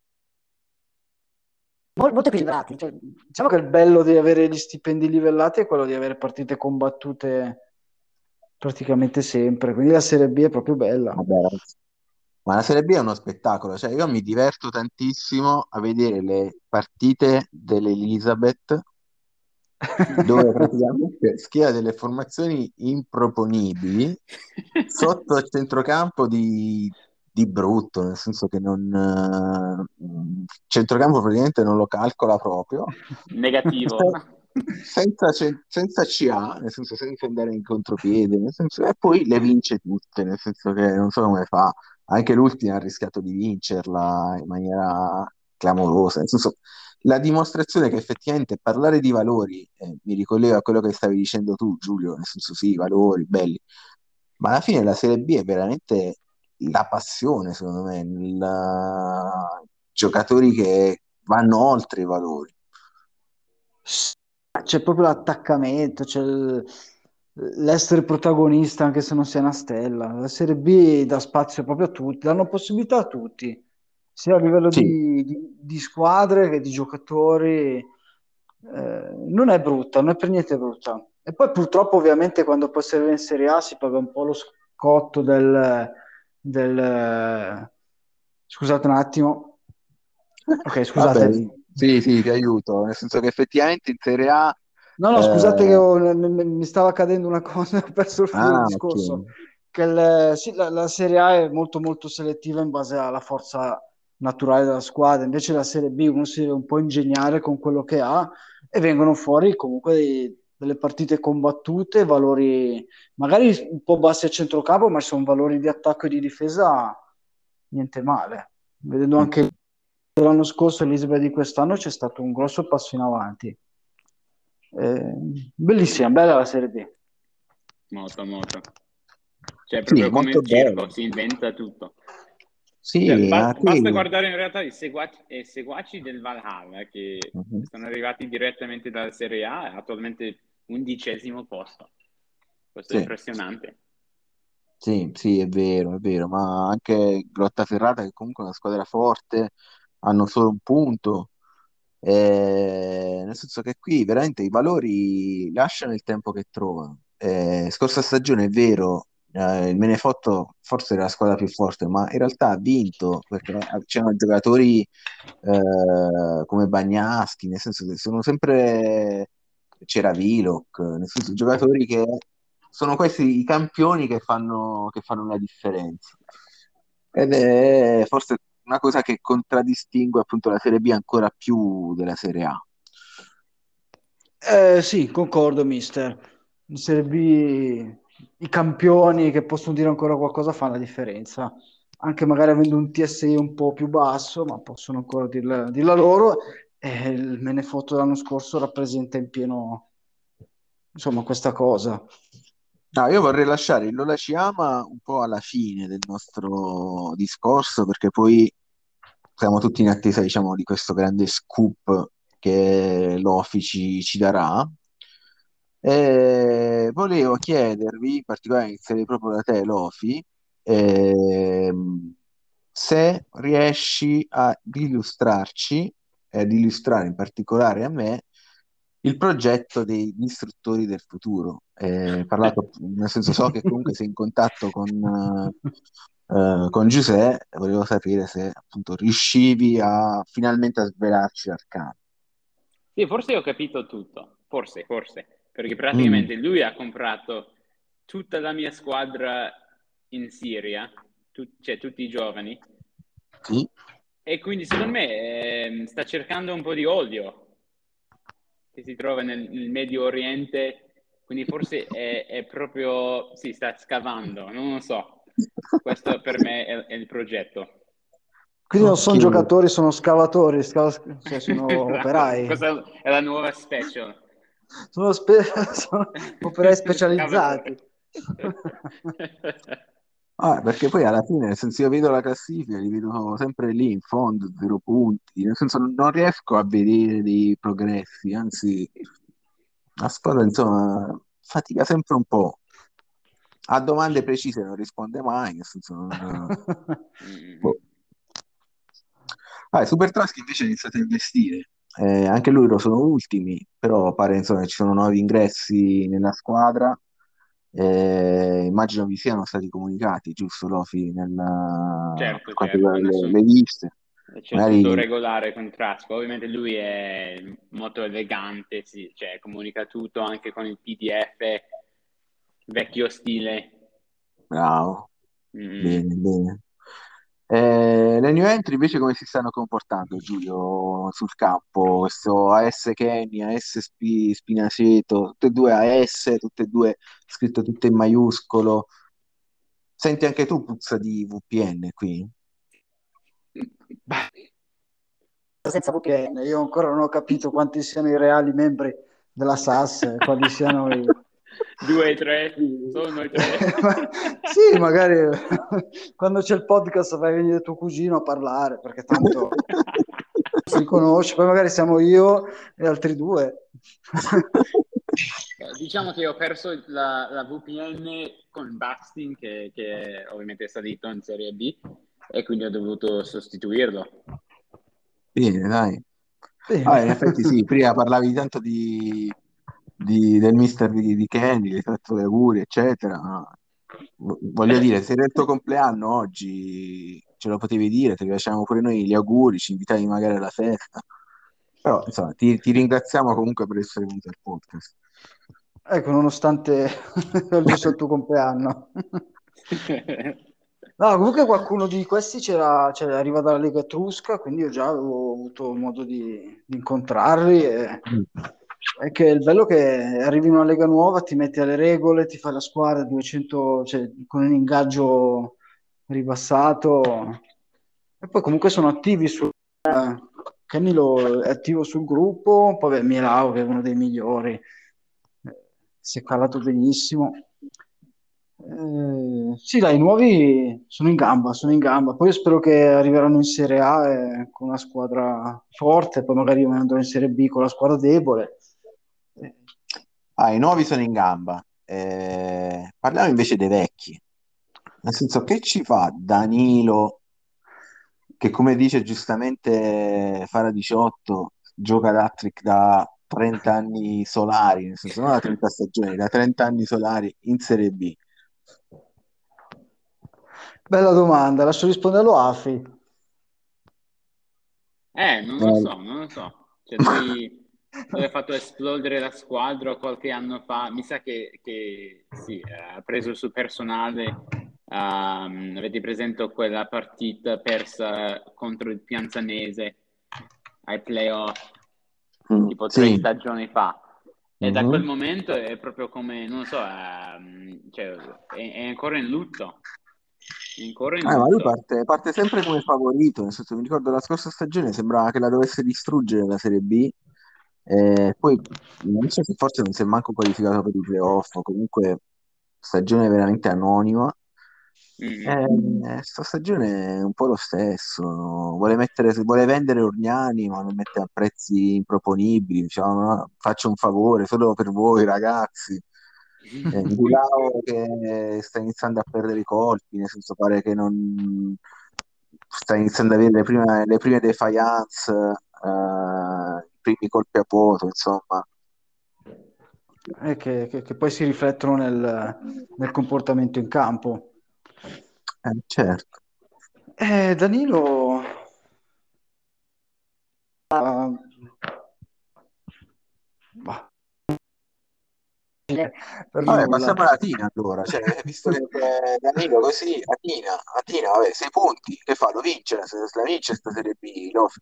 Mol- molto equilibrati. Cioè, diciamo che il bello di avere gli stipendi livellati è quello di avere partite combattute praticamente sempre. Quindi la Serie B è proprio bella. Vabbè, ragazzi. Ma la Serie B è uno spettacolo, cioè io mi diverto tantissimo a vedere le partite dell'Elizabeth dove praticamente schia delle formazioni improponibili sotto il centrocampo di, di brutto, nel senso che non, eh, il centrocampo praticamente non lo calcola proprio. Negativo. senza, ce- senza C A, nel senso senza andare in contropiede, nel senso, e poi le vince tutte, nel senso che non so come fa, anche l'ultima ha rischiato di vincerla in maniera clamorosa, nel senso la dimostrazione che effettivamente parlare di valori, eh, mi ricollego a quello che stavi dicendo tu, Giulio, nel senso sì, valori, belli, ma alla fine la Serie B è veramente la passione, secondo me, il- giocatori che vanno oltre i valori. C'è proprio l'attaccamento, c'è il- l'essere protagonista anche se non sei una stella. La Serie B dà spazio proprio a tutti, danno possibilità a tutti, sia a livello Sì, di, di- di squadre che di giocatori. Eh, non è brutta, non è per niente brutta. E poi purtroppo ovviamente quando poi si arriva in Serie A si paga un po' lo scotto del, del... Scusate un attimo. Ok, vabbè, scusate. sì, sì, ti aiuto, nel senso che effettivamente in Serie A, No, no, scusate che eh, ho- n- n- mi stava cadendo una cosa, ho perso il filo del ah, ok, discorso. Che il- sì, la, la Serie A è molto molto selettiva in base alla forza naturale della squadra, invece la Serie B uno si deve un po' ingegnare con quello che ha e vengono fuori comunque dei- delle partite combattute, valori magari un po' bassi a centrocampo, ma sono valori di attacco e di difesa niente male. Vedendo Mm. anche l'anno scorso e l'Isbea di quest'anno c'è stato un grosso passo in avanti. Eh, bellissima, bella la Serie B. Molto, molto. Cioè, Sì, proprio come molto il circo, bello. si inventa tutto. Cioè, Sì, ba- ma basta qui... guardare in realtà i seguaci, i seguaci del Valhalla che Mhm. sono arrivati direttamente dalla Serie A e attualmente undicesimo posto. Questo è Sì, impressionante. sì, sì, è vero, è vero, ma anche Grottaferrata che comunque è una squadra forte, hanno solo un punto, eh, nel senso che qui veramente i valori lasciano il tempo che trovano. Eh, scorsa stagione è vero, eh, il Menefotto forse era la squadra più forte, ma in realtà ha vinto perché c'erano giocatori eh, come Bagnaschi, nel senso che sono sempre c'era Vilok, nel senso giocatori che sono questi i campioni che fanno, che fanno la differenza. Ed è forse una cosa che contraddistingue appunto la Serie B ancora più della Serie A. Eh, sì, concordo, mister. In Serie B i campioni che possono dire ancora qualcosa fanno la differenza. Anche magari avendo un T S I un po' più basso, ma possono ancora dirla, dirla loro. E il Menefotto dell'anno scorso rappresenta in pieno, insomma, questa cosa. No, io vorrei lasciare il Lola ci ama un po' alla fine del nostro discorso, perché poi siamo tutti in attesa, diciamo, di questo grande scoop che l'Ofi ci, ci darà. E volevo chiedervi, in particolare inizierei proprio da te, Lofi, ehm, se riesci ad illustrarci, e ad illustrare in particolare a me, il progetto degli istruttori del futuro. Eh, parlato, nel senso, so che comunque sei in contatto con, eh, eh, con Giuseppe, volevo sapere se appunto riuscivi a finalmente a svelarci l'arcano. Sì, forse ho capito tutto, forse, forse, perché Mm, praticamente lui ha comprato tutta la mia squadra in Siria, tu- cioè tutti i giovani, sì. e quindi secondo me ehm, sta cercando un po' di olio che si trova nel, nel Medio Oriente, quindi forse è, è proprio, si sta scavando, non lo so. Questo per me è, è il progetto. Quindi non Ok. sono giocatori, sono scavatori, sca- cioè sono Esatto, operai. questa è la nuova special. Sono, spe- sono operai specializzati. Scavatore. Ah, perché poi alla fine, nel senso, io vedo la classifica, li vedo sempre lì in fondo, zero punti, nel senso non non riesco a vedere dei progressi, anzi, la squadra, insomma, fatica sempre un po'. A domande precise non risponde mai, nel senso non... Mm. boh. Ah, i Super Traschi invece ha iniziato a investire. Eh, anche loro sono ultimi, però pare insomma, che ci sono nuovi ingressi nella squadra. Eh, immagino vi siano stati comunicati, giusto, Lofi, nella- per Certo, quanto certo, riguarda le, le nessun- liste. c'è tutto Magari, regolare con Trasco. Ovviamente lui è molto elegante, sì, cioè comunica tutto anche con il P D F, vecchio stile. bravo, Mm. bene, bene. Eh, le new entry invece come si stanno comportando, Giulio, sul campo? Questo A S Kenny, A S Sp- Spinaceto, tutte e due A S, tutte e due scritto tutte in maiuscolo. Senti anche tu puzza di V P N qui? Senza V P N, io ancora non ho capito quanti siano i reali membri della S A S, quali siano i... Due, tre, solo noi tre. Ma- sì, magari quando c'è il podcast fai venire tuo cugino a parlare, perché tanto si conosce, poi magari siamo io e altri due. Eh, Diciamo che ho perso la, la V P N con Bastin, che, che ovviamente è salito in Serie B, e quindi ho dovuto sostituirlo. Bene, dai. Bene. Ah, in effetti sì, prima parlavi tanto di, di- del mister di, di Kenny, gli hai fatto gli auguri, eccetera. No. V- Voglio dire, se era il tuo compleanno oggi, ce lo potevi dire, ti facciamo pure noi gli auguri, ci invitavi magari alla festa. Però, insomma, ti, ti ringraziamo comunque per essere venuto al podcast. Ecco, nonostante oggi sia il tuo compleanno. No, comunque qualcuno di questi c'era, cioè, arriva dalla Lega Etrusca, quindi io già avevo avuto modo di, di incontrarli. E, Mm. è che il bello è che arrivi in una Lega nuova, ti metti alle regole, ti fai la squadra duecento, cioè, con un ingaggio ribassato. E poi comunque sono attivi su... eh, Kenny lo, è attivo sul gruppo, poi beh, Milao che è uno dei migliori, eh, si è calato benissimo. Eh, sì, dai, i nuovi sono in gamba, sono in gamba. Poi io spero che arriveranno in Serie A eh, con una squadra forte, poi magari io andrò in Serie B con la squadra debole. Eh, Ah, i nuovi sono in gamba. Eh, parliamo invece dei vecchi. Nel senso, che ci fa Danilo, che come dice giustamente Fara diciotto, gioca ad hat-trick da trenta anni solari, nel senso non da trenta stagioni, da trenta anni solari in Serie B. Bella domanda, lascio risponderlo a Afi. Eh, non lo Eh, so, non lo so. Cioè, lui, lui ha fatto esplodere la squadra qualche anno fa. Mi sa che, che sì, eh, ha preso il suo personale. Ehm, avete presente quella partita persa contro il Pianzanese ai playoff, mm, tipo tre sì. stagioni fa? E da quel Mhm. momento è proprio come, non so, ehm, cioè, è, è ancora in lutto. È ancora in Eh, ma lui lutto. parte, parte sempre come favorito, nel senso, mi ricordo la scorsa stagione sembrava che la dovesse distruggere la Serie B, e poi non so se forse non si è manco qualificato per i playoff, o comunque stagione veramente anonima. Mhm. Eh, sta stagione è un po' lo stesso, vuole mettere, vuole vendere Orgnani, ma lo mette a prezzi improponibili, diciamo, "No, faccio un favore solo per voi ragazzi." Eh, Milao che sta iniziando a perdere i colpi, nel senso pare che non sta iniziando ad avere le prime, le prime defiance, eh, i primi colpi a poto, insomma. Eh, che, che- che poi si riflettono nel, nel comportamento in campo. Eh, certo. Eh, Danilo, ah, bah, per Vabbè, nulla. passiamo alla Tina allora, cioè, visto che c'è Danilo così, a Tina, a Tina, vabbè, sei punti, che fa? Lo vince, se se la vince sta Serie B, lo-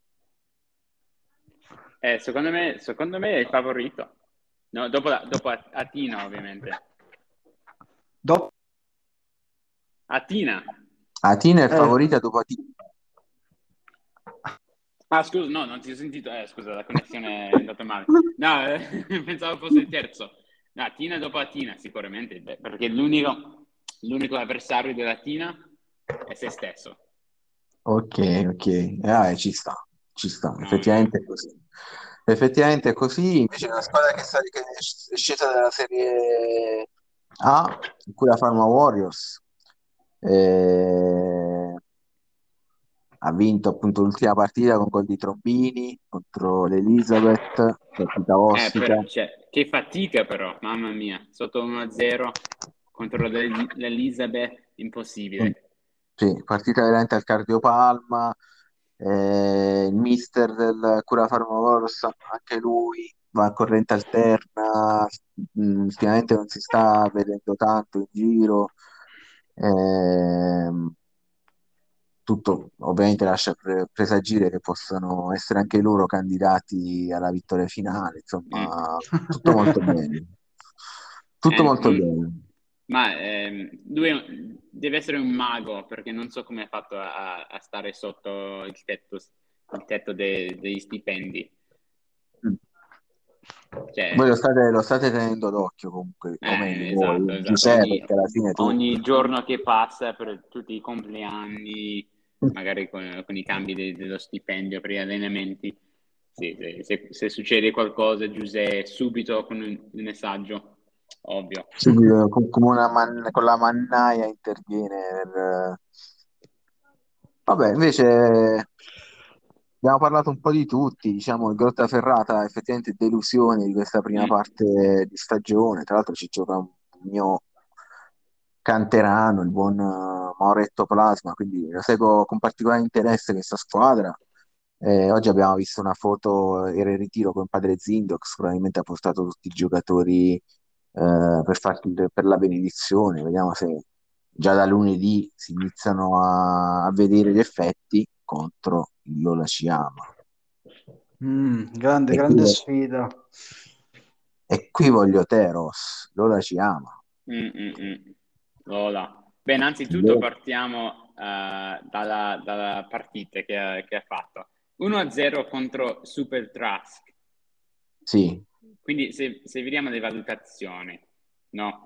Eh, secondo me, secondo me è il favorito. No, dopo, la- dopo At- Atina, ovviamente. Dopo, Atina. a Tina è eh, favorita dopo Atina. Ah, scusa, no, non ti ho sentito. Eh, scusa, la connessione è andata male. No, eh, pensavo fosse il terzo. No, Atina dopo Atina, sicuramente, beh, perché l'unico, l'unico avversario dell'Atina è se stesso. Ok, ok, eh, ci sta, ci sta, No, no. effettivamente è così. Effettivamente è così, invece la squadra che, sta- che è scesa dalla Serie A, in cui la Parma Warriors, eh, ha vinto appunto l'ultima partita con gol di Trombini contro l'Elizabeth, partita Eh, ostica. per- cioè, che fatica però, mamma mia, sotto uno a zero contro l'El- l'Elizabeth, Mm. impossibile. Sì, partita veramente al cardiopalma, eh, il mister del Cura Farmacors, anche lui va a corrente alterna, mm, ultimamente non si sta vedendo tanto in giro. Ehm, tutto ovviamente lascia pre- presagire che possano essere anche loro candidati alla vittoria finale, Mm. insomma, tutto molto bene. Tutto Eh, molto non- bene. Ma ehm, lui è un- deve essere un mago perché non so come ha fatto a, a stare sotto il tetto, il tetto de- degli stipendi. Mm. Cioè, Voi lo state, lo state tenendo d'occhio comunque, o meglio, eh, esatto, voi, esatto. Giuseppe, Ogni, perché alla fine tu... ogni giorno che passa per tutti i compleanni, magari con, con i cambi de- dello stipendio per gli allenamenti, sì, se, se- se succede qualcosa, Giuseppe, subito con un, un messaggio, ovvio. subito, con, come una man- con la mannaia interviene per... Vabbè, invece abbiamo parlato un po' di tutti, diciamo, il Grottaferrata è effettivamente delusione di questa prima Mm, parte di stagione, tra l'altro ci gioca un mio canterano, il buon eh, Mauretto Plasma, quindi lo seguo con particolare interesse questa squadra. Eh, oggi abbiamo visto una foto, era in ritiro con padre Zindox, probabilmente ha portato tutti i giocatori eh, per, farti- per la benedizione, vediamo se già da lunedì si iniziano a, a vedere gli effetti contro il Lola Ciama. Mm, grande, E qui, grande sfida. e qui voglio Teros, Lola ci ama. mm, mm, mm. Lola. Beh, innanzitutto partiamo eh, dalla, dalla partita che ha, che ha fatto. uno a zero contro Super Trask. Sì, Quindi se, se vediamo le valutazioni, no?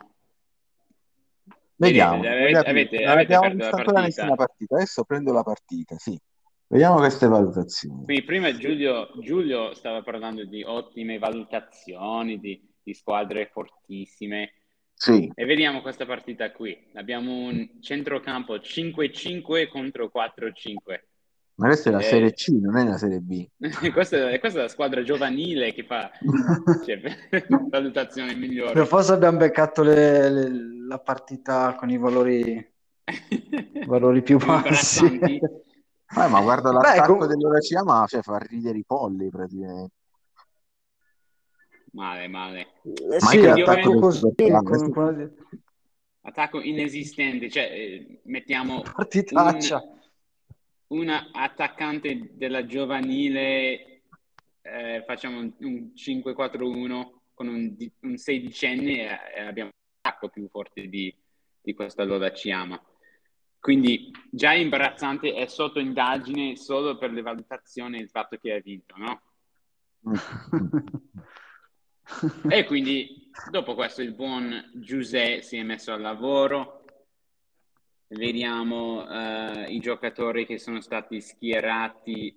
Vedete, vediamo. avete, Vogliamo- avete, Non avete abbiamo aperto la visto ancora nessuna partita. partita, adesso prendo la partita, sì. Vediamo queste valutazioni. Quindi prima Giulio, Giulio stava parlando di ottime valutazioni, di, di squadre fortissime. Sì, E vediamo questa partita qui. Abbiamo un centrocampo cinque cinque contro quattro cinque. ma questa è la Serie Eh, C, non è la Serie B. questa, è, questa è la squadra giovanile che fa cioè, valutazioni Per migliori. forza abbiamo beccato le- le- la partita con i valori, valori più Più bassi. imbarazzanti. Eh, ma guarda Beh, l'attacco com- dell'Ora ci ama, cioè fa ridere i polli praticamente. Male, male. eh Ma sì, anche Quindi l'attacco attacco del ovviamente così, Super Class. con, con attacco inesistente, cioè eh, mettiamo un, partitaccia. una attaccante della giovanile, eh, facciamo un, un cinque quattro uno con un, di- un sedicenne e, e abbiamo un attacco più forte di, di questa Lola Ciama. Quindi già imbarazzante, è sotto indagine solo per le valutazioni il fatto che ha vinto, no? Mm, mm. E quindi dopo questo il buon Giuseppe si è messo al lavoro. Vediamo eh, i giocatori che sono stati schierati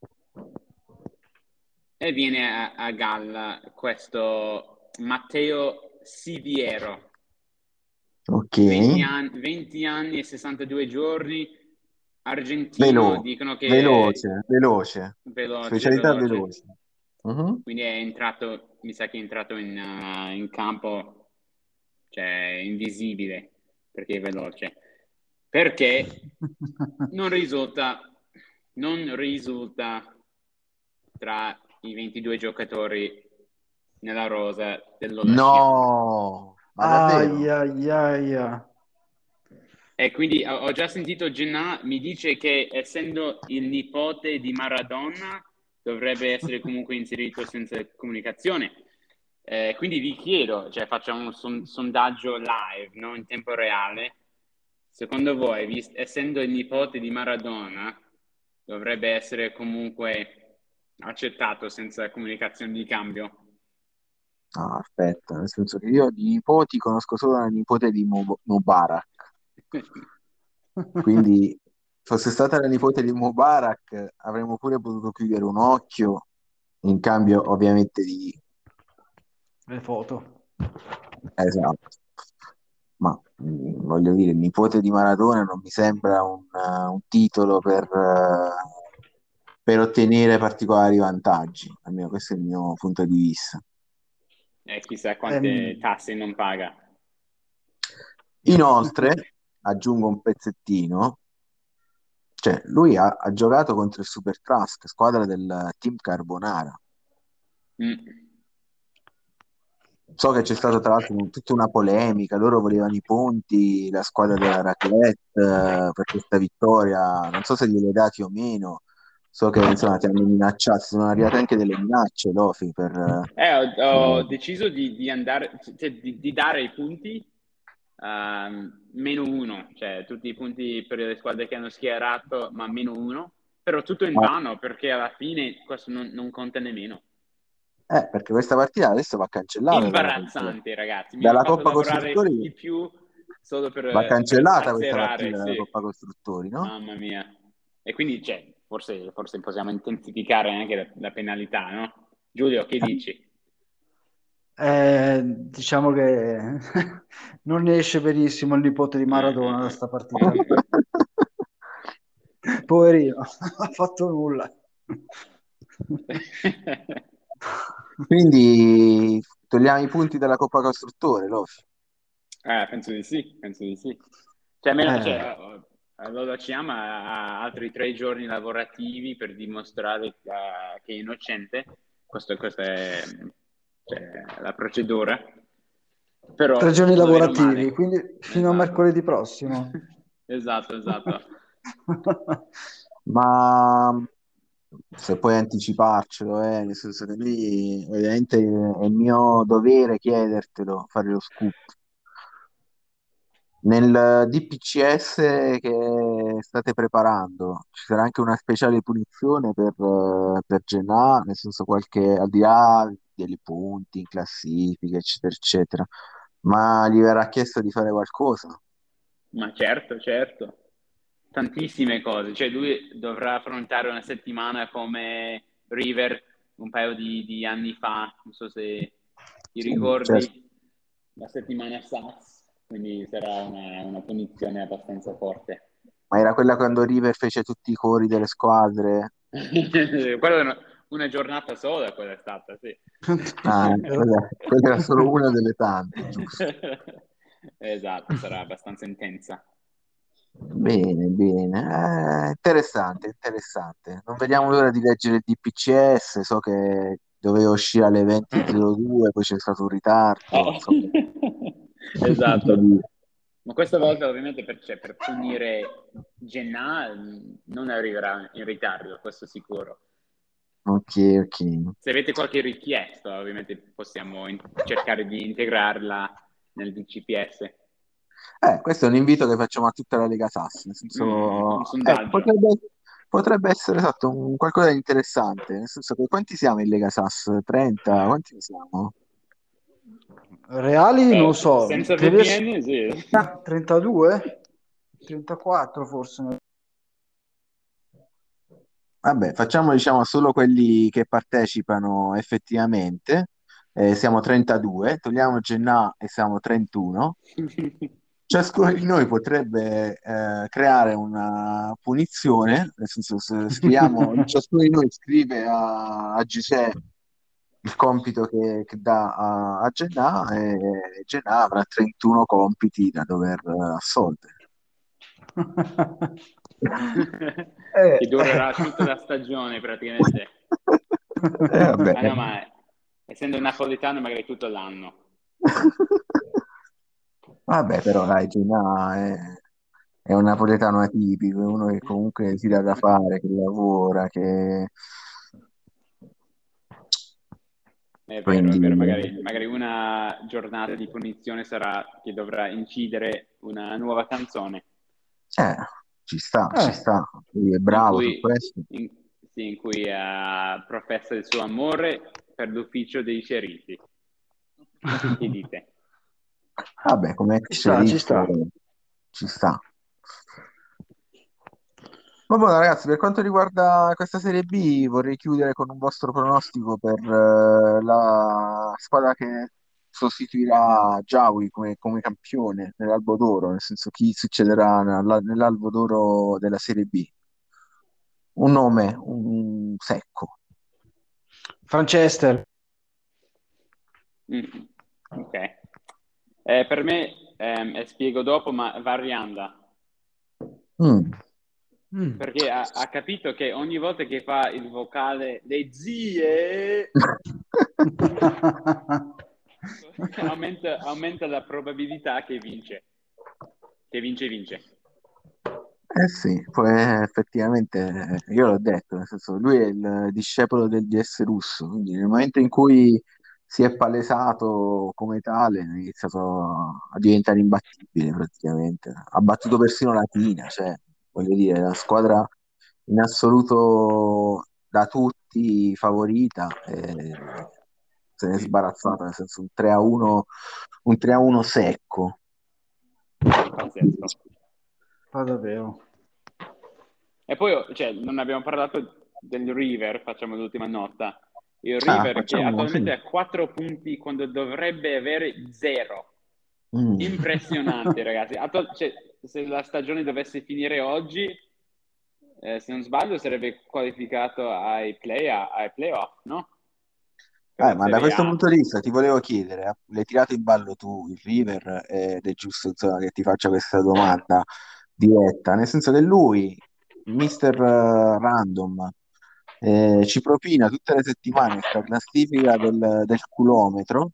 e viene a, a galla questo Matteo Siviero, Ok, venti anni, venti anni e sessantadue giorni, argentino, Velo- dicono che veloce, veloce, veloce, specialità veloce, veloce. Mhm. quindi è entrato, mi sa che è entrato in, uh, in campo, cioè invisibile, perché è veloce. Perché non risulta, non risulta tra i ventidue giocatori nella rosa dell'Olasciama. No, ma Ai, davvero? ai, ai, ai. E quindi ho ho già sentito Gennà mi dice che essendo il nipote di Maradona dovrebbe essere comunque inserito senza comunicazione. Eh, quindi vi chiedo, cioè facciamo un son- sondaggio live, no? In tempo reale. Secondo voi, vis- essendo il nipote di Maradona, dovrebbe essere comunque accettato senza comunicazione di cambio? No, aspetta, nel senso che io di nipoti conosco solo la nipote di Mu- Mubarak, quindi fosse stata la nipote di Mubarak avremmo pure potuto chiudere un occhio in cambio ovviamente di... Le foto. Esatto, ma mh, voglio dire, il nipote di Maradona non mi sembra un, eh, un titolo per, eh, per ottenere particolari vantaggi, almeno questo è il mio punto di vista. E chissà quante Ehm, tasse non paga. Inoltre, aggiungo un pezzettino, cioè lui ha, ha giocato contro il Super Trask, squadra del Team Carbonara. Mm. So che c'è stata tra l'altro un- tutta una polemica, loro volevano i punti, la squadra della Raclette, eh, per questa vittoria, non so se glieli dati o meno, so che insomma ti hanno minacciato, sono arrivate anche delle minacce, Lofi, per... Eh, ho, ho eh, deciso di, di andare, cioè, di, di dare i punti ehm, meno uno, cioè tutti i punti per le squadre che hanno schierato, ma meno uno, però tutto in vano perché alla fine questo non, non conta nemmeno. eh, perché questa partita adesso va cancellata dalla, Imbarazzante, ragazzi, mi hanno dalla fatto Coppa lavorare Costruttori, di più solo va per, per cancellata questa azzerare, partita dalla sì, Coppa Costruttori, no? mamma mia. E quindi, cioè, forse, forse possiamo intensificare anche la, la penalità, no? Giulio, che dici? Eh, diciamo che non ne esce benissimo il nipote di Maradona da sta partita. Poverino, non ha fatto nulla. Quindi togliamo i punti dalla Coppa Costruttore, Lofi. Eh, penso di sì, penso di sì. Cioè, almeno, Eh, cioè, allora Ciama ha altri tre giorni lavorativi per dimostrare eh, che è innocente. Questo, questa è cioè, la procedura. Però, tre giorni bene o lavorativi, male. quindi fino a Esatto. mercoledì prossimo. Esatto, esatto. Ma se puoi anticiparcelo, eh, nel senso che noi ovviamente è il mio dovere chiedertelo, fare lo scoop. Nel D P C S che state preparando ci sarà anche una speciale punizione per, eh, per Gennà, nel senso qualche al di là dei punti in classifica, eccetera, eccetera. Ma gli verrà chiesto di fare qualcosa? Ma certo, certo. Tantissime cose. Cioè, lui dovrà affrontare una settimana come River un paio di, di anni fa. Non so se ti Sì, certo. ricordi la settimana S A S, quindi sarà una, una punizione abbastanza forte. Ma era quella quando River fece tutti i cori delle squadre? Quella è una, una giornata sola, quella è stata, sì. Ah, quella, quella era solo una delle tante, giusto? Esatto, sarà abbastanza intensa. Bene, bene. Eh, interessante, interessante. Non vediamo l'ora di leggere il D P C S. So che doveva uscire alle venti e zero due, poi c'è stato un ritardo. Oh. Insomma, niente Esatto. di- Ma questa volta ovviamente per, cioè, per punire Gennà non arriverà in ritardo, questo sicuro. Ok, ok. Se avete qualche richiesta, ovviamente possiamo in- cercare di integrarla nel D C P S. Eh, questo è un invito che facciamo a tutta la Lega Sass. Nel Mm, un senso, eh, sondaggio. potrebbe, potrebbe essere esatto un qualcosa di interessante. Nel senso che quanti siamo in Lega Sass? trenta? Quanti ne siamo? Reali non Eh, so, senza te riesci- V P N, sì. trentadue? trentaquattro forse. Vabbè, facciamo diciamo solo quelli che partecipano effettivamente. Eh, siamo trentadue, togliamo Gennà e siamo trentuno. Ciascuno di noi potrebbe eh, creare una punizione, nel senso se scriviamo, ciascuno di noi scrive a, a Giuseppe il compito che, che dà a, a Gennà e Gennà avrà trentuno compiti da dover eh, assolvere. Eh, Che durerà ecco. tutta la stagione praticamente. Eh, vabbè. Ah no, ma essendo napoletano magari tutto l'anno. Vabbè, però dai, Gennà è, è un napoletano atipico, è uno che comunque si dà da fare, che lavora, che... È vero, è Quindi, vero, magari, magari una giornata di punizione sarà che dovrà incidere una nuova canzone eh, ci sta, ci Eh, sta. Lui è in bravo su cui, questo. in, sì, in cui eh, professa il suo amore per l'ufficio dei sceriffi. Che dite? Vabbè, come ci ex sta, ci sceriffo sta. ci sta. Ma buono, ragazzi, per quanto riguarda questa Serie B, vorrei chiudere con un vostro pronostico per eh, la squadra che sostituirà Giaui come, come campione nell'Albo d'Oro, nel senso chi succederà nella- nell'Albo d'Oro della Serie B. Un nome, un secco. Franchester. Mm, ok. Eh, per me, ehm, e spiego dopo, ma Varianda. Mm. Mm. Perché ha, ha capito che ogni volta che fa il vocale le zie aumenta, aumenta la probabilità che vince. Che vince, vince. Eh sì, poi eh, effettivamente eh, io l'ho detto, nel senso lui è il discepolo del D S russo, quindi nel momento in cui si è palesato come tale ha iniziato a diventare imbattibile praticamente. Ha battuto persino la Tina, cioè voglio dire, la squadra in assoluto da tutti favorita e se ne è sbarazzata, nel senso un tre a uno, un tre a uno secco. Pazzesco. Ma davvero. E poi, cioè, non abbiamo parlato del River, facciamo l'ultima nota. Il Ah, River che facciamo attualmente sì. ha quattro punti quando dovrebbe avere zero. Mm. Impressionante, ragazzi. Attu- cioè, se la stagione dovesse finire oggi, eh, se non sbaglio, sarebbe qualificato ai, play ai playoff, no? Per Eh, la ma da Serie questo A. punto di vista ti volevo chiedere, eh, l'hai tirato in ballo tu, il River, ed è giusto insomma, che ti faccia questa domanda diretta, nel senso che lui, mister eh, Random, eh, ci propina tutte le settimane questa classifica del, del culometro,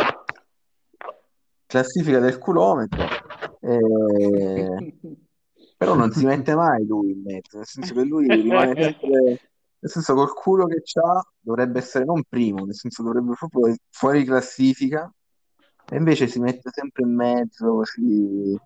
classifica del culometro, eh, però non si mette mai lui in mezzo, nel senso che lui rimane sempre, nel senso col culo che c'ha dovrebbe essere non primo, nel senso dovrebbe proprio fuori classifica e invece si mette sempre in mezzo così.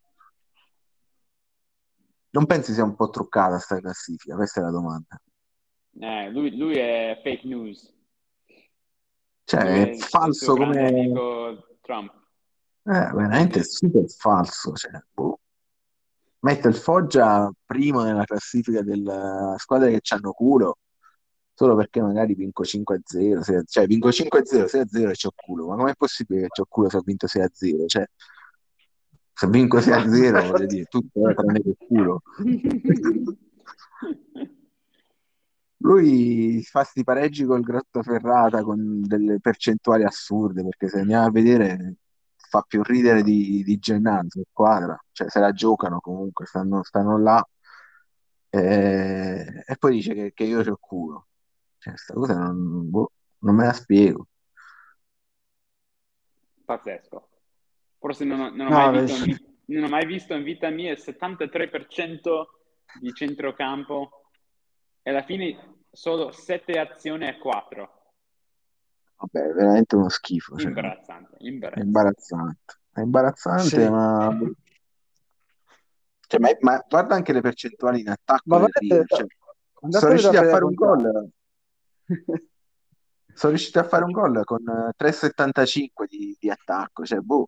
Non pensi sia un po' truccata sta classifica? Questa è la domanda. Eh, lui, lui è fake news. Lui Cioè, è, è è il suo falso grande come. amico Trump. Eh, veramente super falso. Cioè, boh. Mette il Foggia primo nella classifica della squadra che c'hanno culo solo perché magari vinco cinque a zero, sei a- cioè vinco cinque a zero, sei a zero e c'ho culo. Ma com'è possibile che c'ho culo se ho vinto sei a zero? Cioè, se vinco sei a zero, voglio dire, tutto è tranne che il culo. Lui fa sti pareggi col Grottaferrata con delle percentuali assurde, perché se andiamo a vedere fa più ridere di, di Gennaro in squadra, cioè se la giocano comunque, stanno, stanno là eh, e poi dice che, che io c'ho culo. Cioè, sta cosa non, boh, non me la spiego. Pazzesco. Forse non ho, non ho mai No, beh, visto in vita, non ho mai visto in vita mia il settantatré per cento di centrocampo e alla fine solo sette azioni a quattro. Vabbè, è veramente uno schifo, cioè, Imbarazzante, è imbarazzante. imbarazzante. È imbarazzante, sì. ma, cioè, ma, ma guarda anche le percentuali in attacco Ma del guardate, River. Cioè, sono andatevelo a riusciti a vedere fare un con calma. gol. Sono riusciti a fare un gol con eh, tre virgola settantacinque di, di attacco, cioè, boh,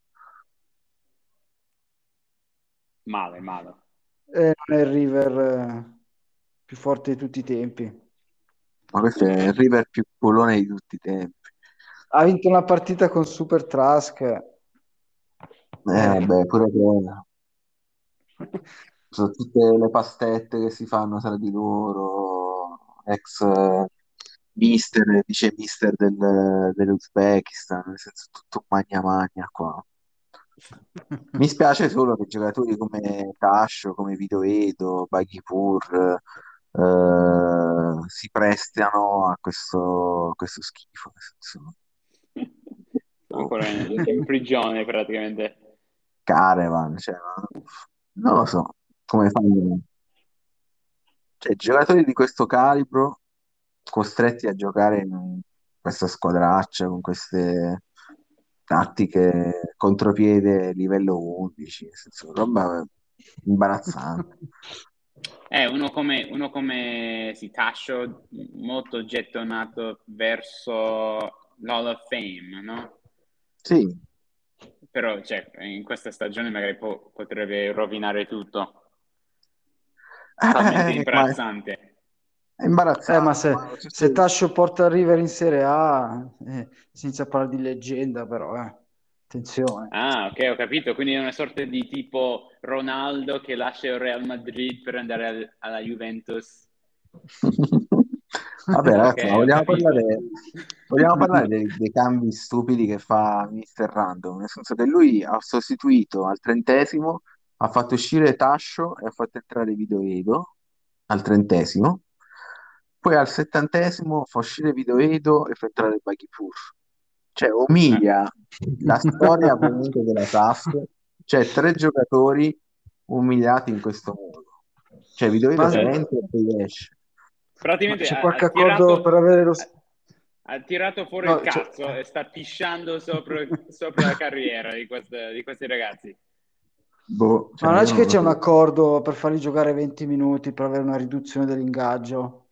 Male, male. Eh, non è il River eh, più forte di tutti i tempi. ma questo è il River più colone di tutti i tempi. Ha vinto una partita con Super Trask. Eh, Eh. vabbè, pure quella. Sono tutte le pastette che si fanno tra di loro, ex eh, mister, vice mister del, dell'Uzbekistan, nel senso tutto magna magna qua. Mi spiace solo che giocatori come Tascio, come Vito Edo, Baghipur eh, si prestano a questo, a questo schifo. Nel senso, Sono oh, ancora in, in prigione praticamente. Caravan, cioè, non lo so come fanno. Cioè, giocatori di questo calibro costretti a giocare in questa squadraccia con queste tattiche contropiede livello undici, nel senso, roba imbarazzante. Eh, uno come, uno come sì, Tascio, molto gettonato verso l'Hall of Fame, no? Sì, Però cioè, in questa stagione magari po- potrebbe rovinare tutto. Talmente eh, eh, ma imbarazzante. è Eh, ma imbarazzante, se, ma se tutte- Tascio porta il River in Serie A, eh, si inizia a parlare di leggenda, però, eh. Attenzione. Ah, ok, ho capito. Quindi è una sorta di tipo Ronaldo che lascia il Real Madrid per andare al- alla Juventus. Vabbè, Ok, ragazzi, ma ho vogliamo capito. parlare, vogliamo parlare dei, dei cambi stupidi che fa mister Random, nel senso che lui ha sostituito al trentesimo, ha fatto uscire Tascio e ha fatto entrare Vito Edo al trentesimo, poi al settantesimo fa uscire Vito Edo e fa entrare Baghipur. cioè umilia la storia probabilmente della S A F, cioè tre giocatori umiliati in questo modo. Cioè vi dovete Ma, Cioè, entra e poi esce. ma praticamente c'è ha, qualche ha accordo per tirato, avere lo... ha, ha tirato fuori il No, c'è- cazzo e sta pisciando sopra, sopra la carriera di, queste- di questi ragazzi. Boh, ma cioè, non è io non che lo c'è un so. accordo per farli giocare venti minuti per avere una riduzione dell'ingaggio?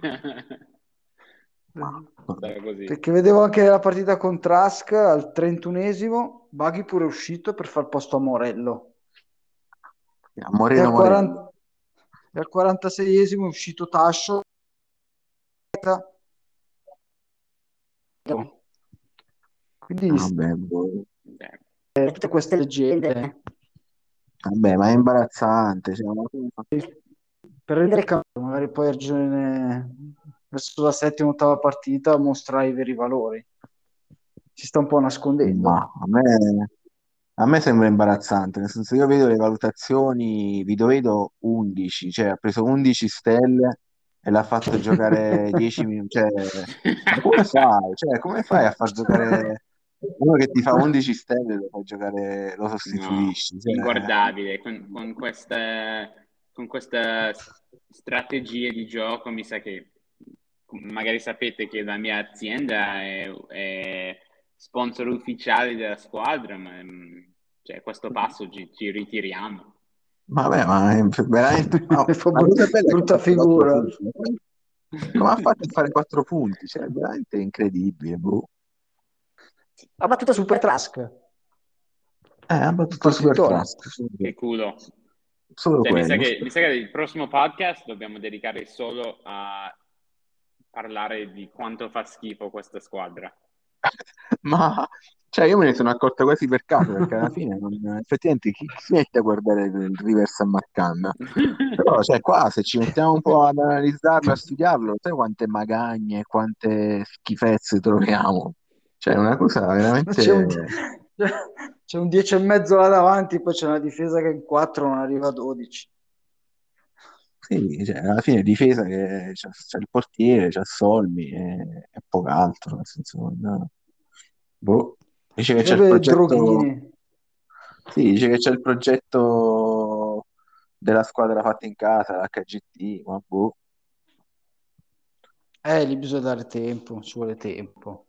Ma Stava così. Perché vedevo anche la partita con Trask al trentunesimo, Baghi pure è uscito per far posto a Morello. a E Moreno al, Moreno. quaranta e al quarantaseiesimo è uscito Tascio. Quindi Vabbè, boh. Eh, tutte queste leggende Vabbè, ma è imbarazzante. Cioè, ma come fa- per rendere campo, magari poi a girone verso la settima, ottava partita mostrare i veri valori. Si sta un po' nascondendo. ma a me, a me sembra imbarazzante, nel senso io vedo le valutazioni, vi vedo undici, cioè ha preso undici stelle e l'ha fatto giocare dieci minuti. Cioè, ma come fai? Cioè, come fai a far giocare uno che ti fa undici stelle e lo fai giocare, lo No, sostituisci? Cioè, inguardabile. Con, con queste, con queste strategie di gioco, mi sa che magari sapete che la mia azienda è, è sponsor ufficiale della squadra, ma mm, cioè, a questo passo ci, ci ritiriamo. vabbè, ma è veramente. Ma Fa la cosa brut- bella è che ha brutta fatto quattro figura. punti. Come ha fatto a fare quattro punti? Cioè, è veramente incredibile, boh. Ha battuto Super Trask. Eh, ha Un battuto Super partitone. Trust, solo, Che culo. solo Cioè, mi sa quello. che, mi sa che il prossimo podcast dobbiamo dedicare solo a parlare di quanto fa schifo questa squadra. Ma cioè, io me ne sono accorto quasi per caso, perché alla fine non- effettivamente chi, chi si mette a guardare il reverse a Marcanda? Però, cioè, qua se ci mettiamo un po' ad analizzarlo, a studiarlo, sai quante magagne, quante schifezze troviamo? Cioè, è una cosa C'è un, veramente. c'è un dieci e mezzo là davanti, poi c'è una difesa che in quattro non arriva a dodici. Sì, cioè, alla fine difesa che c'è, c'è il portiere, c'è Solmi e, e poco altro, nel senso, no. Boh. Dice che c'è il Serve progetto, Droghini. sì, dice che c'è il progetto della squadra fatta in casa, l'H G T, ma boh. Eh, gli bisogna dare tempo, ci vuole tempo.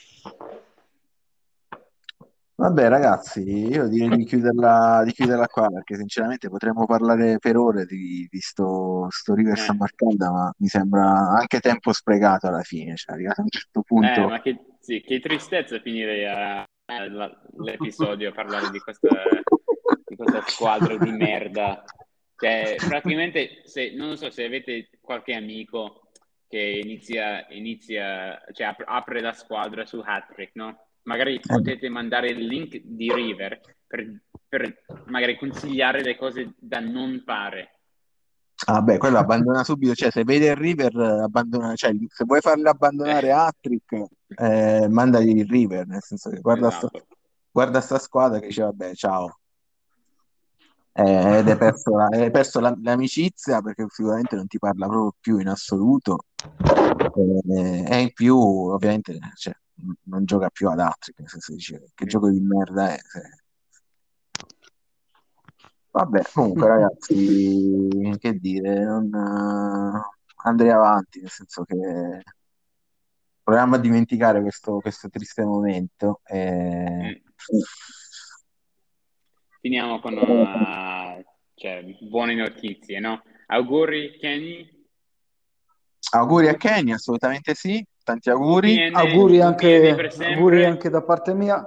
Vabbè, ragazzi, io direi di chiuderla, di chiuderla qua perché sinceramente potremmo parlare per ore di, di sto, sto River Eh, San Marcanda, ma mi sembra anche tempo sprecato alla fine, cioè arrivato a un certo eh, punto. ma che, sì, che tristezza finire a- a- la- l'episodio a parlare di questa, di questa squadra di merda. Cioè, praticamente, se, non lo so se avete qualche amico che inizia, inizia cioè ap- apre la squadra su Hattrick, no? Magari Eh, potete mandare il link di River per, per magari consigliare le cose da non fare. Ah, beh, quello abbandona subito, cioè se vede il River, eh, abbandona, cioè se vuoi farlo abbandonare Hattrick, eh, mandagli il River, nel senso che guarda sta, Esatto. guarda sta squadra che dice vabbè, ciao. Eh, ed hai perso, la- hai perso la- l'amicizia perché sicuramente non ti parla proprio più in assoluto. Eh, e in più, ovviamente, cioè, non gioca più ad Hattrick, nel senso dice che gioco di merda è. se- Vabbè, comunque ragazzi, che dire, non, eh, andrei avanti, nel senso che proviamo a dimenticare questo, questo triste momento. E. Mm. Finiamo con una, cioè, buone notizie, no? Auguri, Kenny. Auguri a Kenny, assolutamente sì, tanti auguri. V P N, Auguri V P N per anche, auguri sempre, anche da parte mia.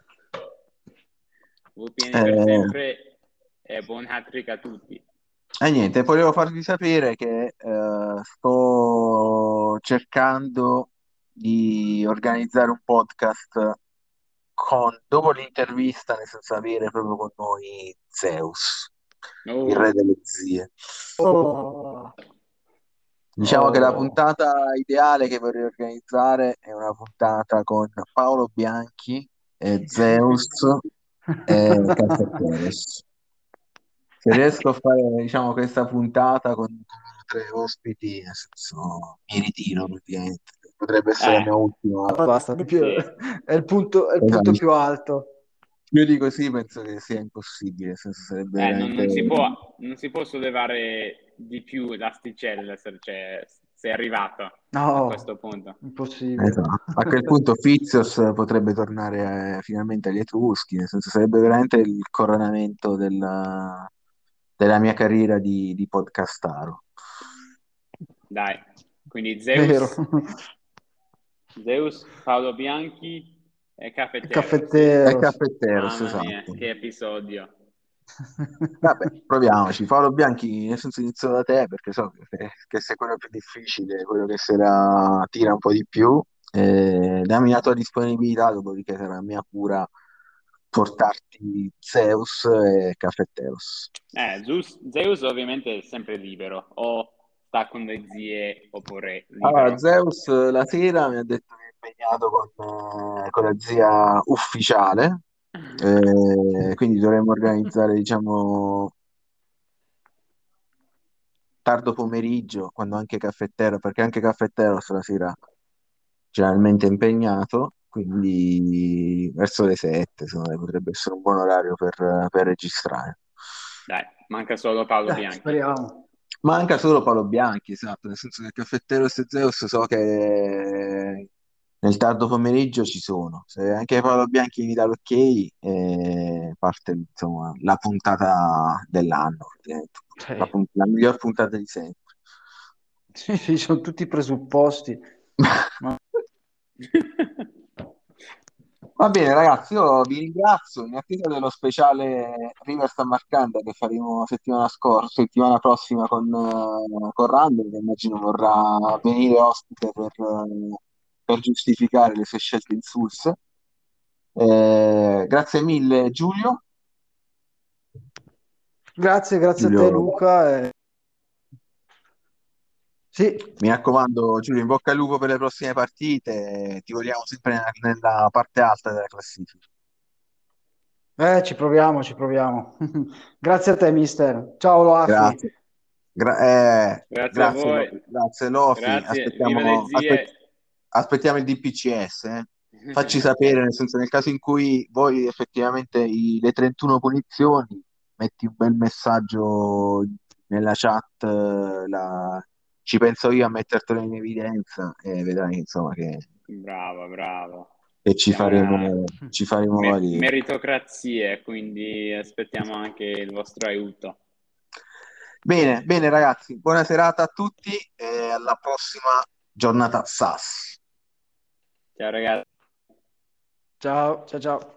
V P N per Eh, sempre e buon hat-trick a tutti. E niente, volevo farvi sapere che eh, sto cercando di organizzare un podcast con, dopo l'intervista, nel senso avere proprio con noi Zeus, il re Oh, delle zie. Oh. Diciamo che la Oh. puntata ideale che vorrei organizzare è una puntata con Paolo Bianchi, e Zeus e Carter Perez. Se riesco a fare, diciamo, questa puntata con tre ospiti, nel senso, mi ritiro praticamente. potrebbe essere Eh. la mia ultima. Basta, più- Sì. è il punto, è il punto Esatto. più alto. Più di così penso che sia impossibile, nel senso sarebbe Eh, non, veramente... non si può, non si può sollevare di più l'asticella, se- cioè, sei arrivato a No, questo punto. impossibile. Esatto. A quel punto Fizios potrebbe tornare eh, finalmente agli Etruschi, nel senso sarebbe veramente il coronamento della, della mia carriera di, di podcastaro. Dai, quindi Vero. Zeus, Zeus, Paolo Bianchi e Caffettero. E Caffettero. Caffetteros, Mamma mia, esatto. che episodio. Vabbè, proviamoci. Paolo Bianchi, nel senso inizio da te, perché so che, che sei quello più difficile, quello che se la tira un po' di più. Eh, dammi la tua disponibilità, dopodiché sarà mia cura portarti Zeus e Caffetteros. Eh, Zeus, Zeus ovviamente è sempre libero, o sta con le zie oppure Allora, libero. Zeus eh, la sera mi ha detto che è impegnato con, eh, con la zia ufficiale, eh, quindi dovremmo organizzare, diciamo, tardo pomeriggio, quando anche Caffettero, perché anche Caffettero stasera generalmente impegnato, quindi verso le sette, secondo me potrebbe essere un buon orario per, per registrare. Dai, manca solo Paolo Dai, Bianchi. speriamo. Manca solo Paolo Bianchi, esatto, nel senso che Caffettero e Zeus so che nel tardo pomeriggio ci sono. Se anche Paolo Bianchi mi dà l'ok, eh, parte insomma la puntata dell'anno, praticamente. Sì. la, punt- la miglior puntata di sempre. Sì, sì, sono tutti presupposti. Ma- Va bene, ragazzi, io vi ringrazio in attesa dello speciale River San Marcanda che faremo settimana scorsa, settimana prossima con, eh, con Randall, che immagino vorrà venire ospite per, eh, per giustificare le sue scelte insulse. Eh, grazie mille, Giulio. Grazie, grazie a te Giulio, Luca. e- Sì, mi raccomando, Giulio, in bocca al lupo per le prossime partite. Ti vogliamo sempre nella, nella parte alta della classifica. eh, ci proviamo, ci proviamo. Grazie a te, mister. Ciao, Loafi. Grazie. Gra- eh, Grazie a grazie, voi. Lo- grazie Lofi. Grazie, viva le Aspettiamo, zie. aspet- aspettiamo il D P C S. eh. Facci sapere, nel senso, nel caso in cui vuoi effettivamente i- le trentuno punizioni, metti un bel messaggio nella chat, eh, la- ci penso io a mettertelo in evidenza e vedrai insomma che, Bravo, bravo. che ci Siamo una faremo, ci faremo me- valere. meritocrazia, quindi aspettiamo anche il vostro aiuto. Bene, bene ragazzi, buona serata a tutti e alla prossima giornata S A S. Ciao ragazzi. Ciao, ciao, ciao.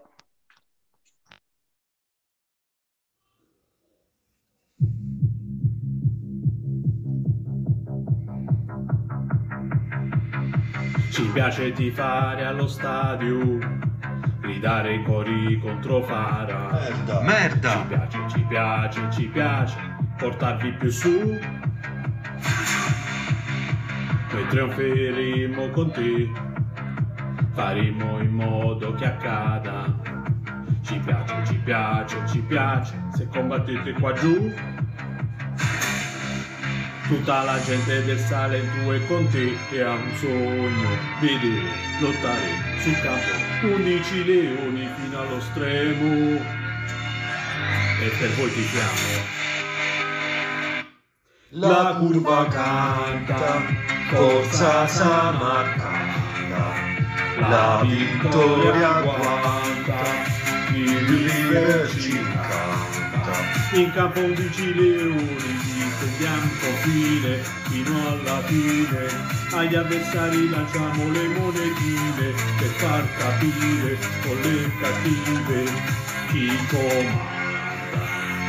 Ci piace tifare allo stadio, gridare i cori contro Fara. Merda. Ci Merda. piace, ci piace, ci piace portarvi più su. Noi trionferemo con te, faremo in modo che accada. Ci piace, ci piace, ci piace se combattete qua giù. Tutta la gente del Salento è con te e ha un sogno, vedere lottare sul campo undici leoni fino allo stremo. E per voi tifiamo. La curva canta, forza Samarcanda, la vittoria guanta, il River ci incanta. In campo undici leoni difendiamo il confine fino alla fine, agli avversari lanciamo le monetine per far capire con le cattive chi comanda.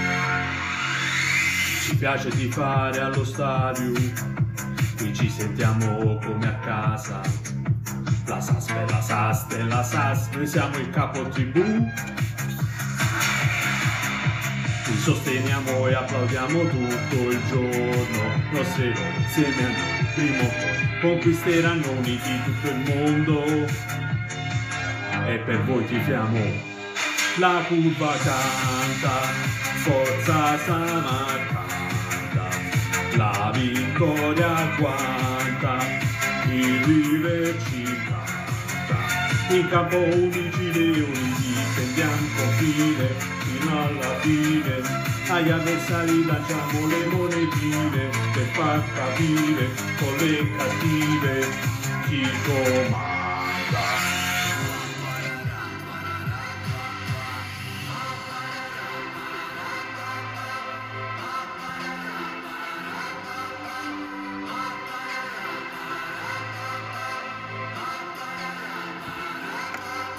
Ci piace tifare allo stadio, qui ci sentiamo come a casa. La S A S per la S A S della S A S, noi siamo il capo tribù. Ci sosteniamo e applaudiamo tutto il giorno, nostre eroi insieme a noi, prima o poi conquisteranno uniti tutto il mondo. E per voi tifiamo. La curva canta, forza Samarcanda, la vittoria guanta, il River ci canta. In campo undici leoni difendiamo confine fino alla fine. Agli avversari lanciamo le monetine per far capire con le cattive chi comanda.